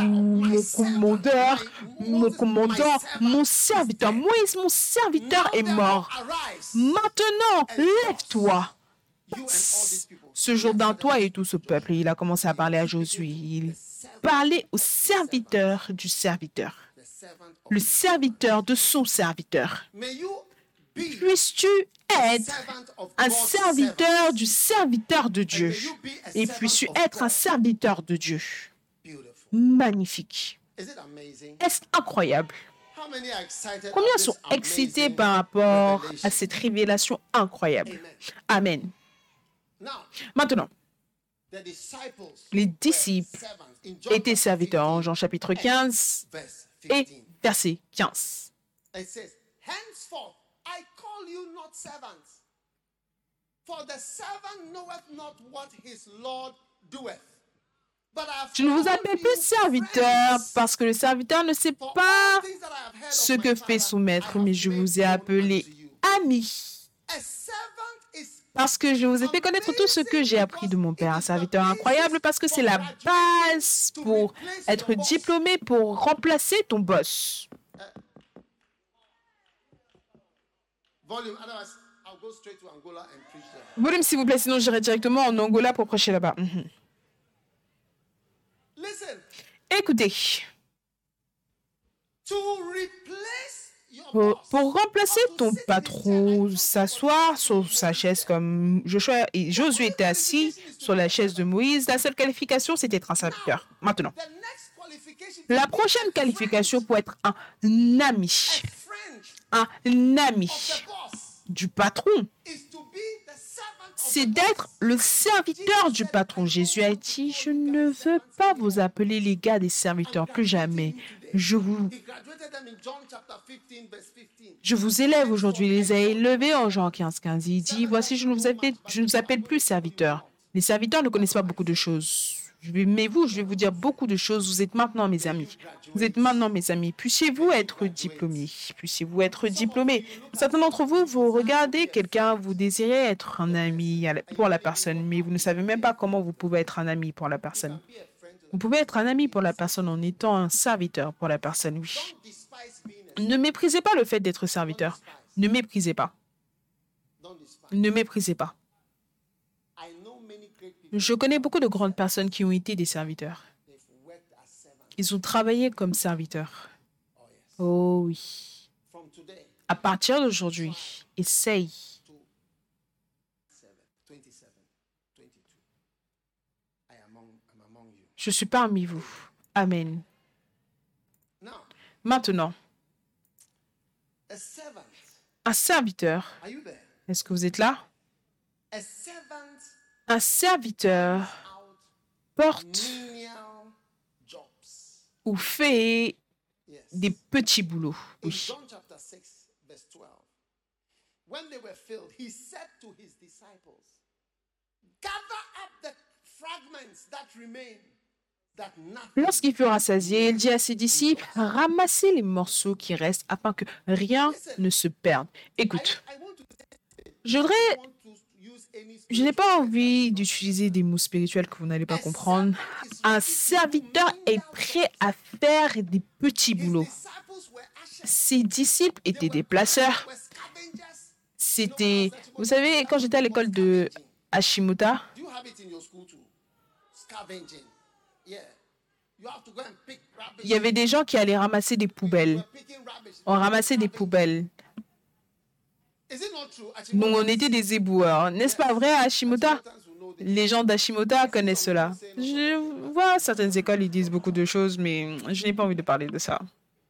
mon commandant, mon serviteur. Moïse, mon serviteur est mort. Arise, Maintenant, lève-toi. you and all these people. Ce Jourdain, toi et tout ce peuple. Et il a commencé à parler à Josué. Il parlait au serviteur du serviteur. The servant of- Le serviteur de son serviteur. May you be Puisses-tu être servant of un God's serviteur du serviteur de Dieu. May you be a Et servant puisses-tu of être un God. serviteur de Dieu. Beautiful. Magnifique. Is it amazing? Est-ce incroyable? How many are excited Combien at sont this excités amazing par rapport revelation? à cette révélation incroyable? Amen. Amen. Now, Maintenant, the disciples les were disciples servants. In John étaient chapter serviteurs en 15, Jean chapitre 15 verse et 15. verset 15. It says, henceforth I call you not servants, for the servant knoweth not what his Lord doeth. But I have Je ne vous called appelle you plus serviteur friends. parce que le serviteur ne sait For pas all things that I have heard ce of my que Father, fait son I maître, have mais je made vous ai known appelé unto you. amis. A servant is Parce que je vous ai fait connaître tout ce que j'ai appris de mon Père. Un serviteur incroyable parce que c'est la base pour être diplômé, pour remplacer ton boss. volume, otherwise I'll go straight to Angola and preach there. Volume, s'il vous plaît, sinon j'irai directement en Angola pour prêcher là-bas. Mhm. Listen, Écoutez, to replace your pour, boss, pour remplacer or to ton sit in his patron, chair, s'asseoir sur sa chaise comme Joshua et Josué étaient assis sur la chaise de Moïse, la seule qualification, c'était être un serviteur. Maintenant, the next qualification la to be prochaine a qualification friend, pour être un ami, a friend un ami of the boss du patron, is to be the servant of c'est the d'être boss. le serviteur du patron. Jésus a dit, je ne veux pas vous appeler les gars des serviteurs, plus jamais. Je vous He graduated them in John chapter 15, verse 15. Je vous élève aujourd'hui, il les a élevés en Jean 15, 15. Il dit, voici, je ne vous appelle plus serviteurs. Les serviteurs ne connaissent pas beaucoup de choses. Mais vous, je vais vous dire beaucoup de choses. Vous êtes maintenant mes amis. Vous êtes maintenant mes amis. Puissiez-vous être diplômés. Puissiez-vous être diplômés. Certains d'entre vous, vous regardez quelqu'un, vous désirez être un ami pour la personne, mais vous ne savez même pas comment vous pouvez être un ami pour la personne. Vous pouvez être un ami pour la personne en étant un serviteur pour la personne, oui. Despise being a Ne méprisez pas le fait d'être serviteur. Ne méprisez pas. don't despise. Ne méprisez pas. I know many great people. Je connais beaucoup de grandes personnes qui ont été des serviteurs. They've worked as servants. Ils ont travaillé comme serviteurs. Oh yes. Oh oui. From today, À partir d'aujourd'hui, essaye. 27, 22. I'm among you. Je suis parmi vous. Amen. Now, Maintenant, A servant. un serviteur, Are you there? est-ce que vous êtes là? A servant Un serviteur out porte menial jobs. ou fait Yes. des petits boulots. In Oui. John chapter 6, verse 12, when they were filled, he said to his disciples, gather up the fragments that remain, that nothing. Lorsqu'il fut rassasié, il dit à ses disciples, ramassez les morceaux qui restent afin que rien ne se perde. Écoute, I want to je voudrais, want to use any je n'ai pas envie d'utiliser des mots spirituels que vous n'allez pas comprendre. Un serviteur est prêt à faire des petits boulots. disciples were ashes, Ses disciples étaient des placeurs. were scavengers. C'était, vous savez, quand j'étais à l'école de Hashimoto, Do you have it in your school too? Scavenging. Yeah. You have to go and pick rubbish. il y avait des gens qui allaient ramasser des poubelles. We're picking rubbish. On ramassait des poubelles. Is it not true? Nous, on était des éboueurs. N'est-ce pas vrai, Hashimoto? Les gens d'Hashimoto connaissent cela. Je vois certaines écoles, ils disent beaucoup de choses, mais je n'ai pas envie de parler de ça.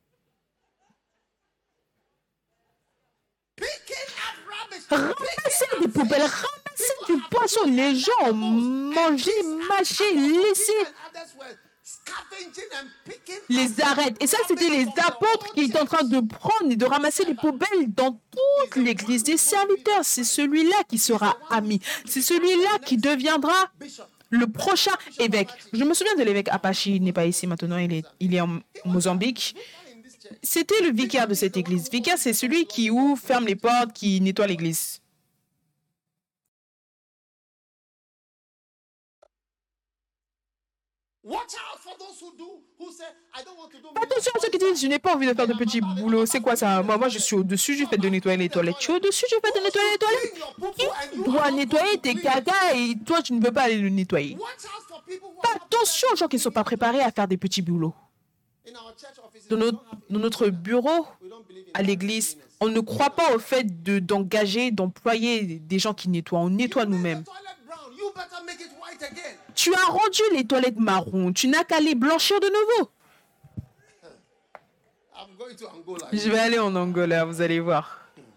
Picking up rubbish. Ramasser des poubelles, ramasser du poisson. Les gens ont mangé, mâché, laissé Others were scavenging and picking les arêtes. Et ça, c'était les apôtres qui étaient en train de prendre et de ramasser les poubelles dans toute l'église des serviteurs. C'est celui-là qui sera ami. C'est celui-là qui deviendra bishop. le prochain évêque. Je me souviens de l'évêque Apache, il n'est pas ici maintenant, il est en Mozambique. In this church. C'était le vicaire de cette église. Vicaire, c'est celui qui ouvre, ferme les portes, qui nettoie l'église. Watch out for those who say, I don't want to do Attention à ceux qui disent, je n'ai pas envie de faire de petits boulots. C'est quoi ça? Moi, je suis au-dessus, je fais de nettoyer les toilettes. Je suis au-dessus, je fais de nettoyer les toilettes. your poo Qui doit nettoyer tes cagas et toi, tu ne veux pas aller le nettoyer? Watch out for people who Fais attention aux gens qui ne sont pas préparés à faire des petits boulots. in our church offices. Dans notre bureau, We don't believe in à l'église, on ne croit pas au fait d'employer des gens qui nettoient. On nettoie nous-mêmes. the toilet brown. You better make it white again. Tu as rendu les toilettes marron. Tu n'as qu'à les blanchir de nouveau. I'm going to Angola. Je vais aller en Angola, vous allez voir.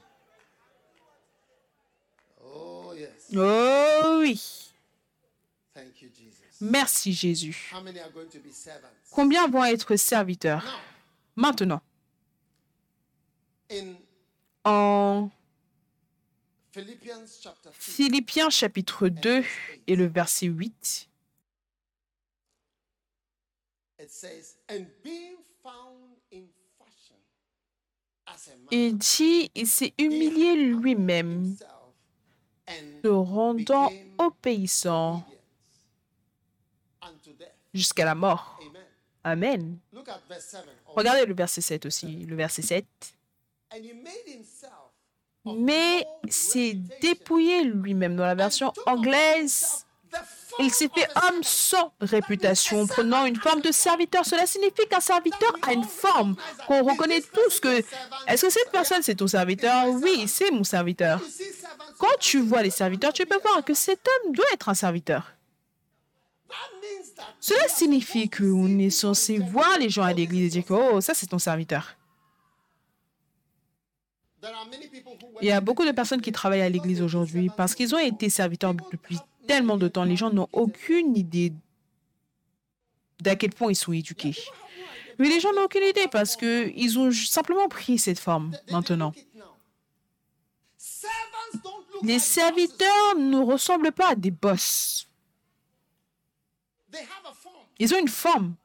Oh yes. Oh oui. Thank you, Jesus. Merci Jésus. How many are going to be servants? Combien vont être serviteurs? Maintenant, In en Philippians chapter 2, Philippiens chapitre 2 et le verset 8, it says, and being found in fashion as a man, il dit, il s'est humilié lui-même, himself, and se rendant became obéissant obedient unto death. jusqu'à la mort. Amen. Amen. Look at verse 7. Regardez le verset 7 aussi. Le verset 7. And he made himself Mais s'est dépouillé lui-même. Dans la version anglaise, il s'est fait homme sans réputation, prenant une forme de serviteur. Cela signifie qu'un serviteur a une forme, qu'on reconnaît tous que... Est-ce que cette personne, c'est ton serviteur? Oui, c'est mon serviteur. Quand tu vois les serviteurs, tu peux voir que cet homme doit être un serviteur. Cela signifie qu'on est censé voir les gens à l'église et dire que, oh, ça, c'est ton serviteur. Il y a beaucoup de personnes qui travaillent à l'église aujourd'hui parce qu'ils ont été serviteurs depuis tellement de temps. Les gens n'ont aucune idée d'à quel point ils sont éduqués. Mais les gens n'ont aucune idée parce qu'ils ont simplement pris cette forme maintenant. Les serviteurs ne ressemblent pas à des boss. Ils ont une forme.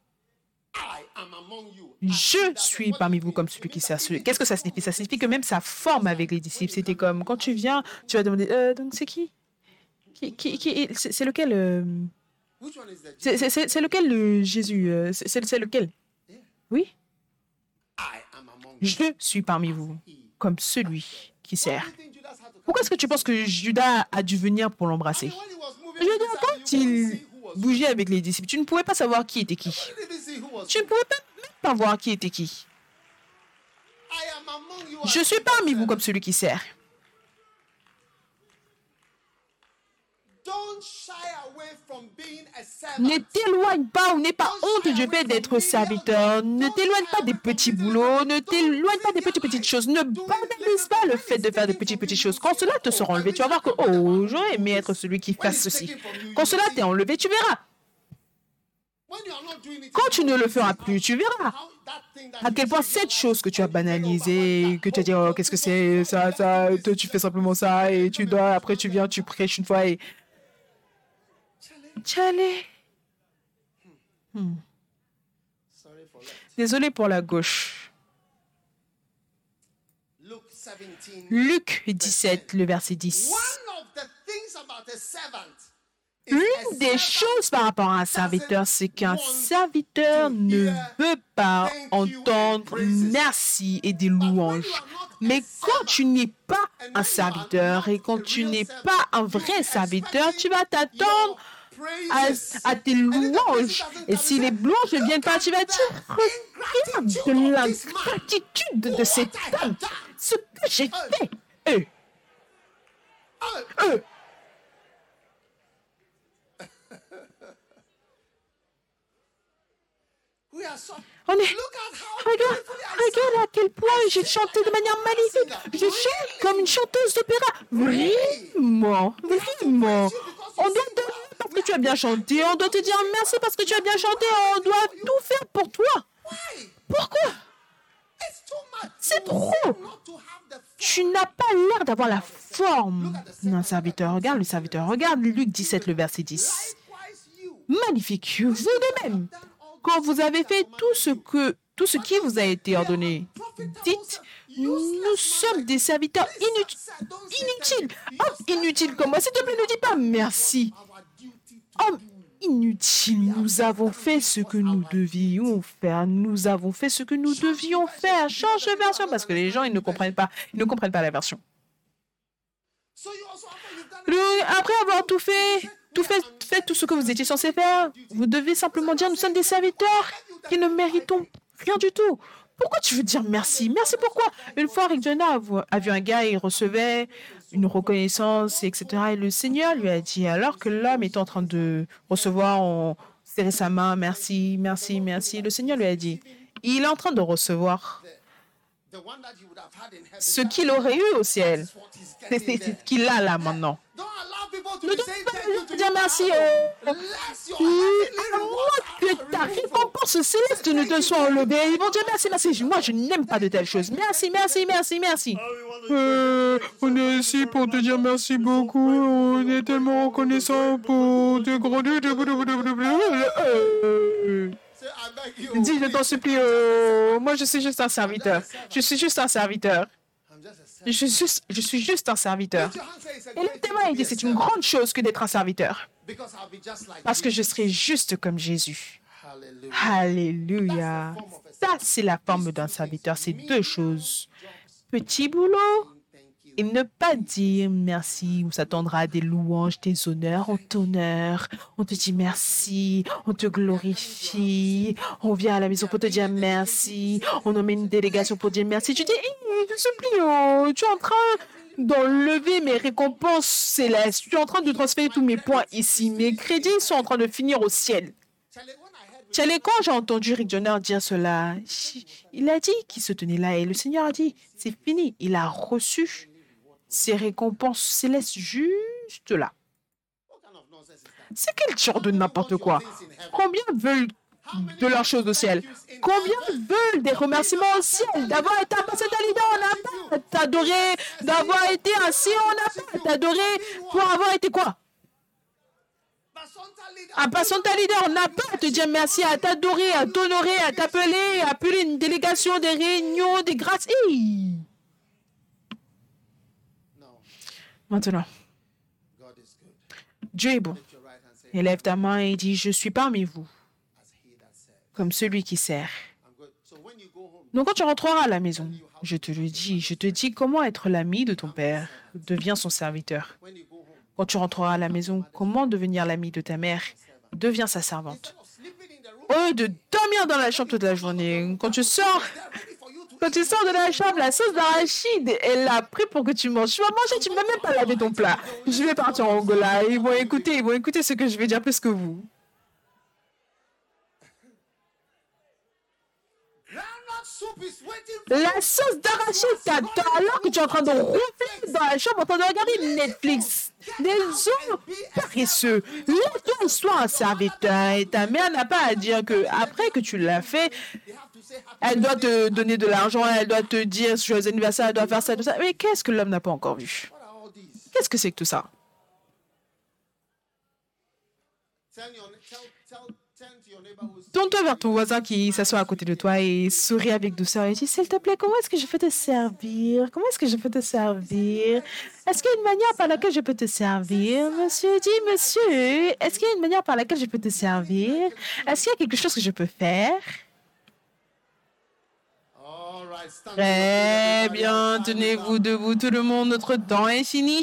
Je suis parmi vous comme celui qui sert. Qu'est-ce que ça signifie? Ça signifie que même sa forme avec les disciples, c'était comme quand tu viens, tu vas demander, donc c'est qui? C'est lequel? C'est lequel le Jésus? C'est lequel? Oui? Je suis parmi vous comme celui qui sert. Pourquoi est-ce que tu penses que Judas a dû venir pour l'embrasser? Je veux dire, quand il bougeait avec les disciples, tu ne pouvais pas savoir qui était qui. Tu ne pouvais même pas voir qui était qui. Je suis parmi vous comme celui qui sert. Don't Don't shy away from being a servant. Ne t'éloigne pas ou n'aie pas honte du fait d'être serviteur. Ne t'éloigne pas des petits boulots. Ne t'éloigne pas des petites choses. Ne banalise pas le fait de faire de petites choses. Quand cela te sera enlevé, tu vas voir que, oh, j'aurais aimé être celui qui fasse ceci. Quand cela t'est enlevé, tu verras. When you are not doing it, Quand tu ne le feras plus, tu verras how that thing that à quel point cette chose que tu as banalisée, que tu as dit, oh, qu'est-ce que c'est, ça, toi, tu fais simplement ça, et tu dois, après tu viens, tu prêches une fois, et... Tchalé. sorry for that. Désolé pour la gauche. Luke 17. Luc 17, le verset 10. One of the things about a servant is L'une des choses par rapport à un serviteur, c'est qu'un serviteur ne veut pas entendre merci et des louanges. Mais quand tu n'es pas un serviteur et quand tu n'es pas un vrai serviteur, tu vas t'attendre à tes louanges. Et si les louanges ne viennent pas, tu vas dire, regarde de l'ingratitude de cet homme. Ce que j'ai fait. we are so On est... look at how Regarde à quel point j'ai chanté de manière magnifique. Je chante comme une chanteuse d'opéra. Vraiment. On doit te dire parce que tu as bien chanté. On doit te dire merci parce que tu as bien chanté. On doit tout faire pour toi. why? Pourquoi? It's too much. C'est trop. Not to have the Tu n'as pas l'air d'avoir la forme d'un serviteur. Regarde le serviteur. Regarde Luc 17, le verset 10. likewise you. Magnifique. Vous de même. Quand vous avez fait tout ce qui vous a été ordonné, dites, nous sommes des serviteurs inutiles. Homme inutile comme moi, s'il te plaît, ne dis pas merci. Our duty Homme inutile, nous avons fait ce que nous devions faire. Nous avons fait ce que nous devions faire. Change de version parce que les gens, ils ne comprennent pas la version. so you also after you've done Après avoir fait tout ce que vous étiez censé faire, vous devez simplement dire, nous sommes des serviteurs qui ne méritons rien du tout. Pourquoi tu veux dire merci? Merci pourquoi? Une fois, Rick Jonah a vu un gars, il recevait une reconnaissance, etc. Et le Seigneur lui a dit, alors que l'homme est en train de recevoir, on serrait sa main, merci, merci, merci. Le Seigneur lui a dit, il est en train de recevoir the one that you would have had in heaven. ce qu'il aurait eu au ciel. What is C'est getting there. ce qu'il a là maintenant. Don't allow people to Ne be dois saying pas thank you to dire you. merci. Unless your heavenly À moins rewards que ta récompense céleste ne te soit enlevée. Ils vont dire merci, merci. Moi, je n'aime pas de telles choses. Merci, merci, merci, merci. On est ici pour te dire merci beaucoup. On est tellement reconnaissant pour te gronder. say, I beg you. Dis, je t'en supplie. Moi, je suis juste un serviteur. Je suis juste un serviteur. I'm just a servant. Je suis juste un serviteur. Your hand say it's a Et great le témoin, thing il to dit, be a c'est une servant, grande chose que d'être un serviteur. because I'll be just like Parce que you. je serai juste comme Jésus. Hallelujah. Alléluia. Ça, c'est la forme d'un serviteur. C'est deux choses. Petit boulot et ne pas dire merci ou s'attendre à des louanges, des honneurs. On t'honore, on te dit merci, on te glorifie. On vient à la maison pour te dire merci. On emmène une délégation pour dire merci. Tu dis, je te supplie, tu es en train d'enlever mes récompenses célestes. Tu es en train de transférer tous mes points ici. Mes crédits sont en train de finir au ciel. Charlie, when I heard Tchalé, quand j'ai entendu Rick Jonah dire cela, il a dit qu'il se tenait là et le Seigneur a dit, c'est fini. Il a reçu ses récompenses célestes juste là. what kind of nonsense is that? C'est quel genre de n'importe quoi? Combien veulent de leurs choses au ciel? Combien veulent des remerciements au ciel? D'avoir été un pasteur leader, on n'a pas. T'adorer, d'avoir été assis, on n'a pas. T'adorer pour avoir été quoi? But sometimes leader, Un passant ta leader, on n'a pas à te dire merci, à t'adorer, à t'honorer, à t'appeler, à appeler une délégation, des réunions, des grâces. Hi. no, Maintenant, God is good. Dieu est bon. Lift your right hand, say, Élève ta main et dis, je suis parmi vous, as he that said, comme celui qui sert. I'm good. So when you go home, Donc quand tu rentreras à la maison, je te dis comment être l'ami de ton père. Deviens son serviteur. when you go home, Quand tu rentreras à la maison, comment devenir l'ami de ta mère? Deviens sa servante. instead of sleeping in the room, Au lieu de dormir dans la chambre toute la journée, quand tu sors, they're ready for you to Quand tu sors de la chambre, la sauce d'arachide est là, prête pour que tu manges. Tu vas manger, tu ne vas même pas laver ton plat. Je vais partir en Angola. Ils vont écouter ce que je vais dire plus que vous. Groundnut soup is waiting for La sauce d'arachide t'attend alors que tu es en train de ronfler dans la chambre en train de regarder Netflix. Des hommes paresseux. Lève-toi et sois un serviteur. Et ta mère n'a pas à dire que après que tu l'as fait, They have to say happy elle doit te donner de l'argent, elle doit te dire joyeux anniversaire, elle doit faire ça, tout ça. Mais qu'est-ce que l'homme n'a pas encore vu? What are all these? Qu'est-ce que c'est que tout ça? Turn to your neighbor who's Tourne-toi vers ton voisin qui s'assoit à côté de toi et souris avec douceur et dis, s'il te plaît, comment est-ce que je peux te servir? Comment est-ce que je peux te servir? Est-ce qu'il y a une manière par laquelle je peux te servir? Monsieur, dis, monsieur, est-ce qu'il y a une manière par laquelle je peux te servir? Est-ce qu'il y a quelque chose que je peux faire? all right. Stand Très up. bien, tenez-vous debout tout le monde, notre temps est fini.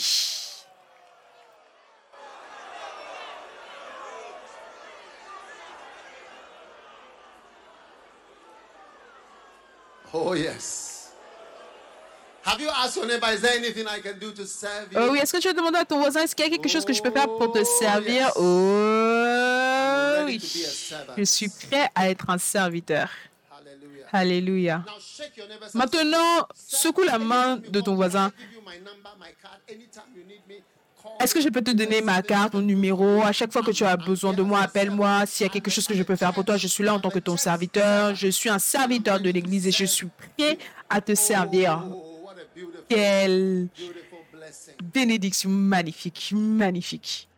Oh yes. Have you asked your neighbor, is there anything I can do to serve you? Oh oui, est-ce que tu as demandé à ton voisin, est-ce qu'il y a quelque chose que je peux faire pour te servir? Oh Ready oui, to be a servant. je suis prêt à être un serviteur. Hallelujah. Alléluia. Now shake your neighbor. Maintenant, secoue la main de ton voisin. Give you my number, my card. Anytime you need me, call. Est-ce que je peux te donner ma carte, mon numéro? À chaque fois que tu as besoin de moi, appelle-moi. S'il y a quelque chose que je peux faire pour toi, je suis là en tant que ton serviteur. Je suis un serviteur de l'Église et je suis prêt à te servir. Oh, what a beautiful, Quelle beautiful blessing. bénédiction magnifique, magnifique.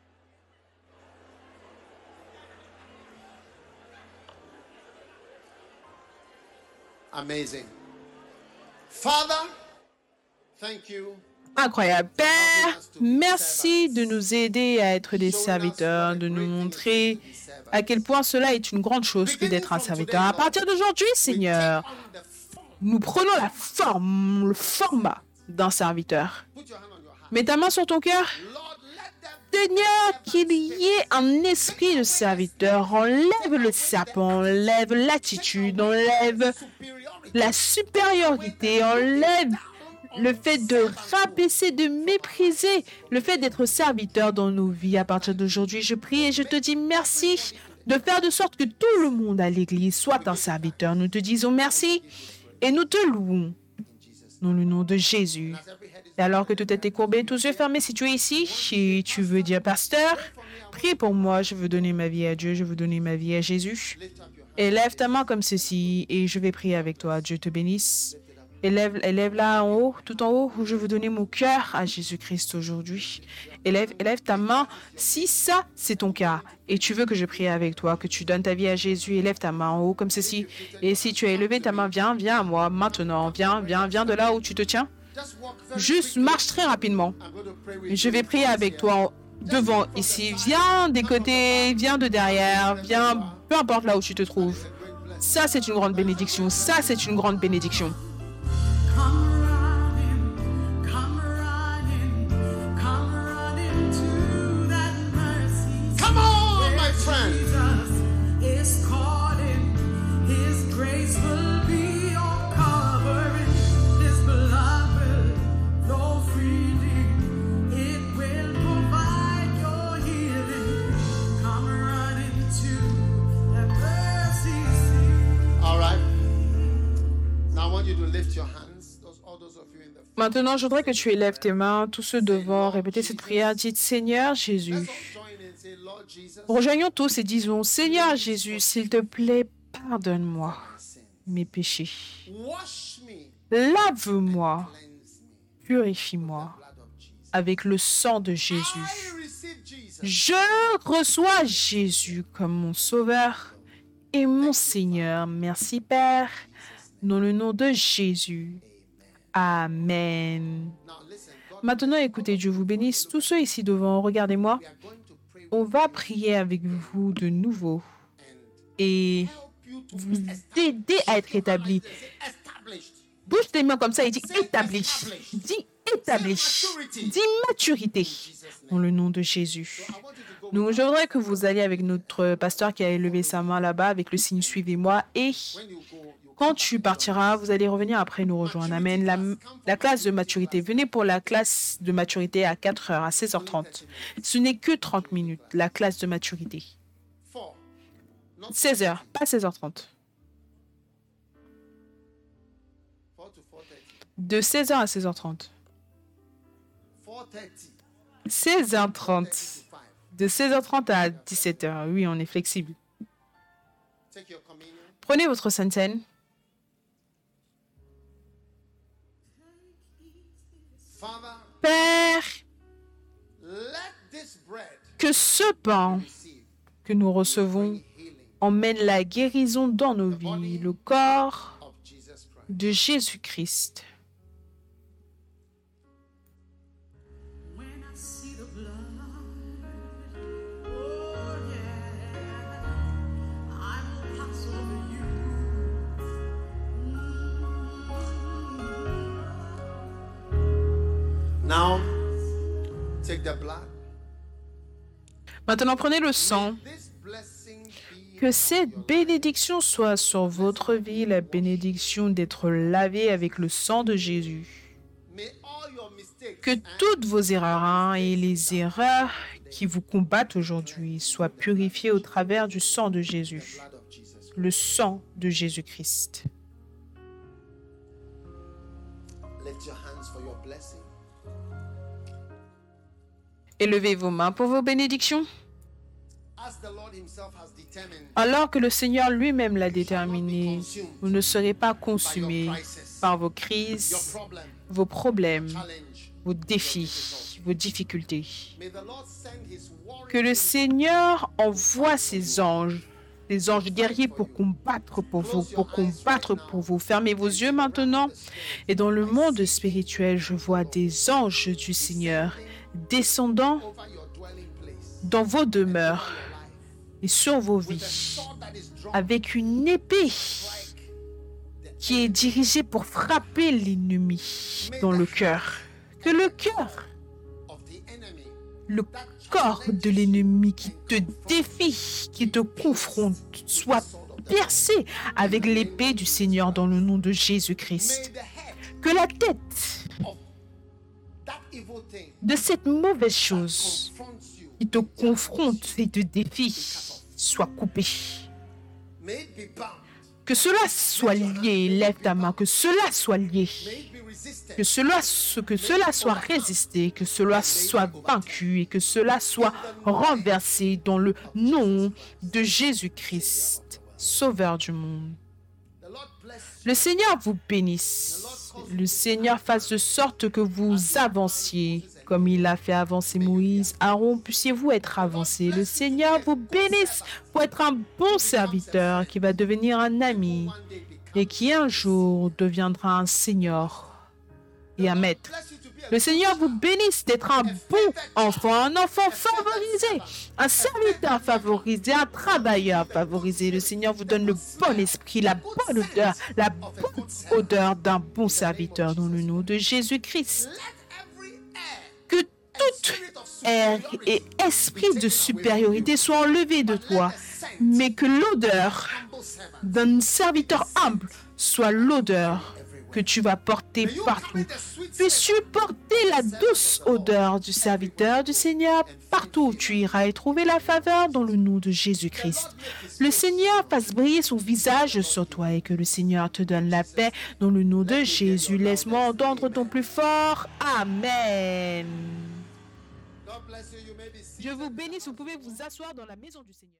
Amazing. Father, thank you. Incroyable. Père, merci de nous aider à être des serviteurs, de nous montrer à quel point cela est une grande chose que d'être un serviteur. À partir d'aujourd'hui, Seigneur, nous prenons la forme, le format d'un serviteur. Put your hand on your heart. Mets ta main sur ton cœur. Lord, let them Seigneur, qu'il y ait un esprit de serviteur. Enlève le serpent, enlève l'attitude, enlève superiority. la supériorité, enlève le fait de rabaisser, de mépriser, le fait d'être serviteur dans nos vies. À partir d'aujourd'hui, je prie et je te dis merci de faire de sorte que tout le monde à l'Église soit un serviteur. Nous te disons merci et nous te louons dans le nom de Jésus. Et alors que tout est courbé, tous yeux fermés, si tu es ici, si tu veux dire pasteur, prie pour moi, je veux donner ma vie à Dieu, je veux donner ma vie à Jésus. Élève ta main comme ceci et je vais prier avec toi. Dieu te bénisse. Élève-la en haut, tout en haut, où je veux donner mon cœur à Jésus-Christ aujourd'hui. Élève ta main si ça, c'est ton cas. Et tu veux que je prie avec toi, que tu donnes ta vie à Jésus. Élève ta main en haut comme ceci. Et si tu as élevé ta main, viens à moi maintenant. Viens de là où tu te tiens. just walk very Juste marche très rapidement. I'm going to pray with Je vais prier avec toi devant ici. Viens des côtés, viens de derrière, viens, peu importe là où tu te trouves. Ça, c'est une grande bénédiction. Ça, c'est une grande bénédiction. Come running to that mercy. Come on, my friend. Jesus is calling. His grace will be your covering. His blood will flow freely. It will provide your healing. Come running to that mercy seat. All right. Now I want you to lift your hands. All those of you in the Maintenant, je voudrais que tu élèves tes mains, tous ceux devant, répétez cette prière. Dites, Seigneur Jésus. join and say, Lord Jesus, Rejoignons tous et disons, Seigneur Jésus, s'il te plaît, pardonne-moi mes péchés. wash me, Lave-moi, cleanse me. purifie-moi Blood of Jesus. avec le sang de Jésus. I receive Jesus. Je reçois Jésus comme mon Sauveur et mon Seigneur. Merci Père, dans le nom de Jésus. Amen. Now listen, God, Maintenant, écoutez, Dieu vous bénisse. Tous ceux ici devant, regardez-moi. we are going to pray On va prier avec vous de nouveau and et help you to vous aider à être établi. established. Bouge tes mains comme ça et dis établi. Dis établi. Dis maturité. Dans le nom de Jésus. I want you to go. Donc, je voudrais que vous alliez avec notre pasteur qui a élevé sa main là-bas avec le signe suivez-moi et When you go, you Quand tu partiras, vous allez revenir après nous rejoindre. Amen. La classe de maturité. Venez pour la classe de maturité à 4 heures, à 16h30. Ce n'est que 30 minutes, la classe de maturité. 4. Not 16 heures, pas 16h30. 4 to 4:30. De 16h à 16h30. 4:30 16h30. to 5. De 16h30 à 17h. Oui, on est flexible. Take your communion. Prenez votre Sainte Seine. Father, Père, let this bread que ce pain receive que nous recevons healing emmène la guérison dans nos vies, le corps of Jesus Christ. de Jésus-Christ. When I see the blood, oh yeah, I will pass over you. Now, take the blood. Maintenant, prenez le sang. This blessing be Que cette bénédiction soit sur votre vie, la bénédiction d'être lavé avec le sang de Jésus. may all your mistakes Que toutes vos erreurs et les erreurs qui vous combattent aujourd'hui soient purifiées au travers du sang de Jésus, blood of Jesus. le sang de Jésus-Christ. Lift your hands for your blessing. Élevez vos mains pour vos bénédictions. As the Lord himself has determined, Alors que le Seigneur lui-même l'a déterminé, vous ne serez pas consumés par vos your crises, problem, vos problèmes, challenge. vos défis, vos difficultés. May the Lord send his warring Que le Seigneur envoie ses anges, des anges guerriers pour combattre pour vous. Fermez vos yeux maintenant. Et dans le monde spirituel, je vois des anges du Seigneur descendant over your dwelling place. dans vos demeures et sur vos The vies, sword that is drawn avec une épée qui est dirigée pour frapper l'ennemi dans le cœur. Que le cœur, of the enemy le corps de l'ennemi qui te défie, qui te confronte, soit percé avec l'épée du Seigneur dans le nom de may Jésus-Christ. the head Que la tête of that evil thing de cette mauvaise chose confronts you. qui te confronte et te défie soit coupée. May it be bound. Que cela soit lié, lève ta main, que cela soit lié, May it be resisted. que cela soit résisté, que cela soit vaincu et que cela soit renversé dans le nom de Jésus-Christ, Sauveur du monde. The Lord bless you. Le Seigneur vous bénisse. Le Seigneur fasse de sorte que vous avanciez comme il a fait avancer Moïse. Aaron, puissiez-vous être avancé. Le Seigneur vous bénisse pour être un bon serviteur qui va devenir un ami One day become. et qui un jour deviendra un seigneur et un maître. Bless you to be a Le Seigneur vous bénisse d'être un bon enfant, un enfant favorisé, un serviteur favorisé, un travailleur favorisé. Le Seigneur vous donne le bon esprit, la bonne odeur d'un bon serviteur dans le nom de Jésus-Christ. let every air Que tout air et esprit de supériorité soit enlevé de toi, mais que l'odeur humble servant. d'un serviteur humble soit l'odeur que tu vas porter May you partout. carry the sweet Puisses-tu porter la douce odeur du serviteur du Seigneur partout où tu iras et trouver la faveur dans le nom de Jésus-Christ. Le Seigneur fasse briller son visage sur toi et que le Seigneur te donne la paix dans le nom de Jésus. Laisse-moi entendre ton plus fort. Amen. God bless you. You may be seated. Je vous bénisse, vous pouvez vous asseoir dans la maison du Seigneur.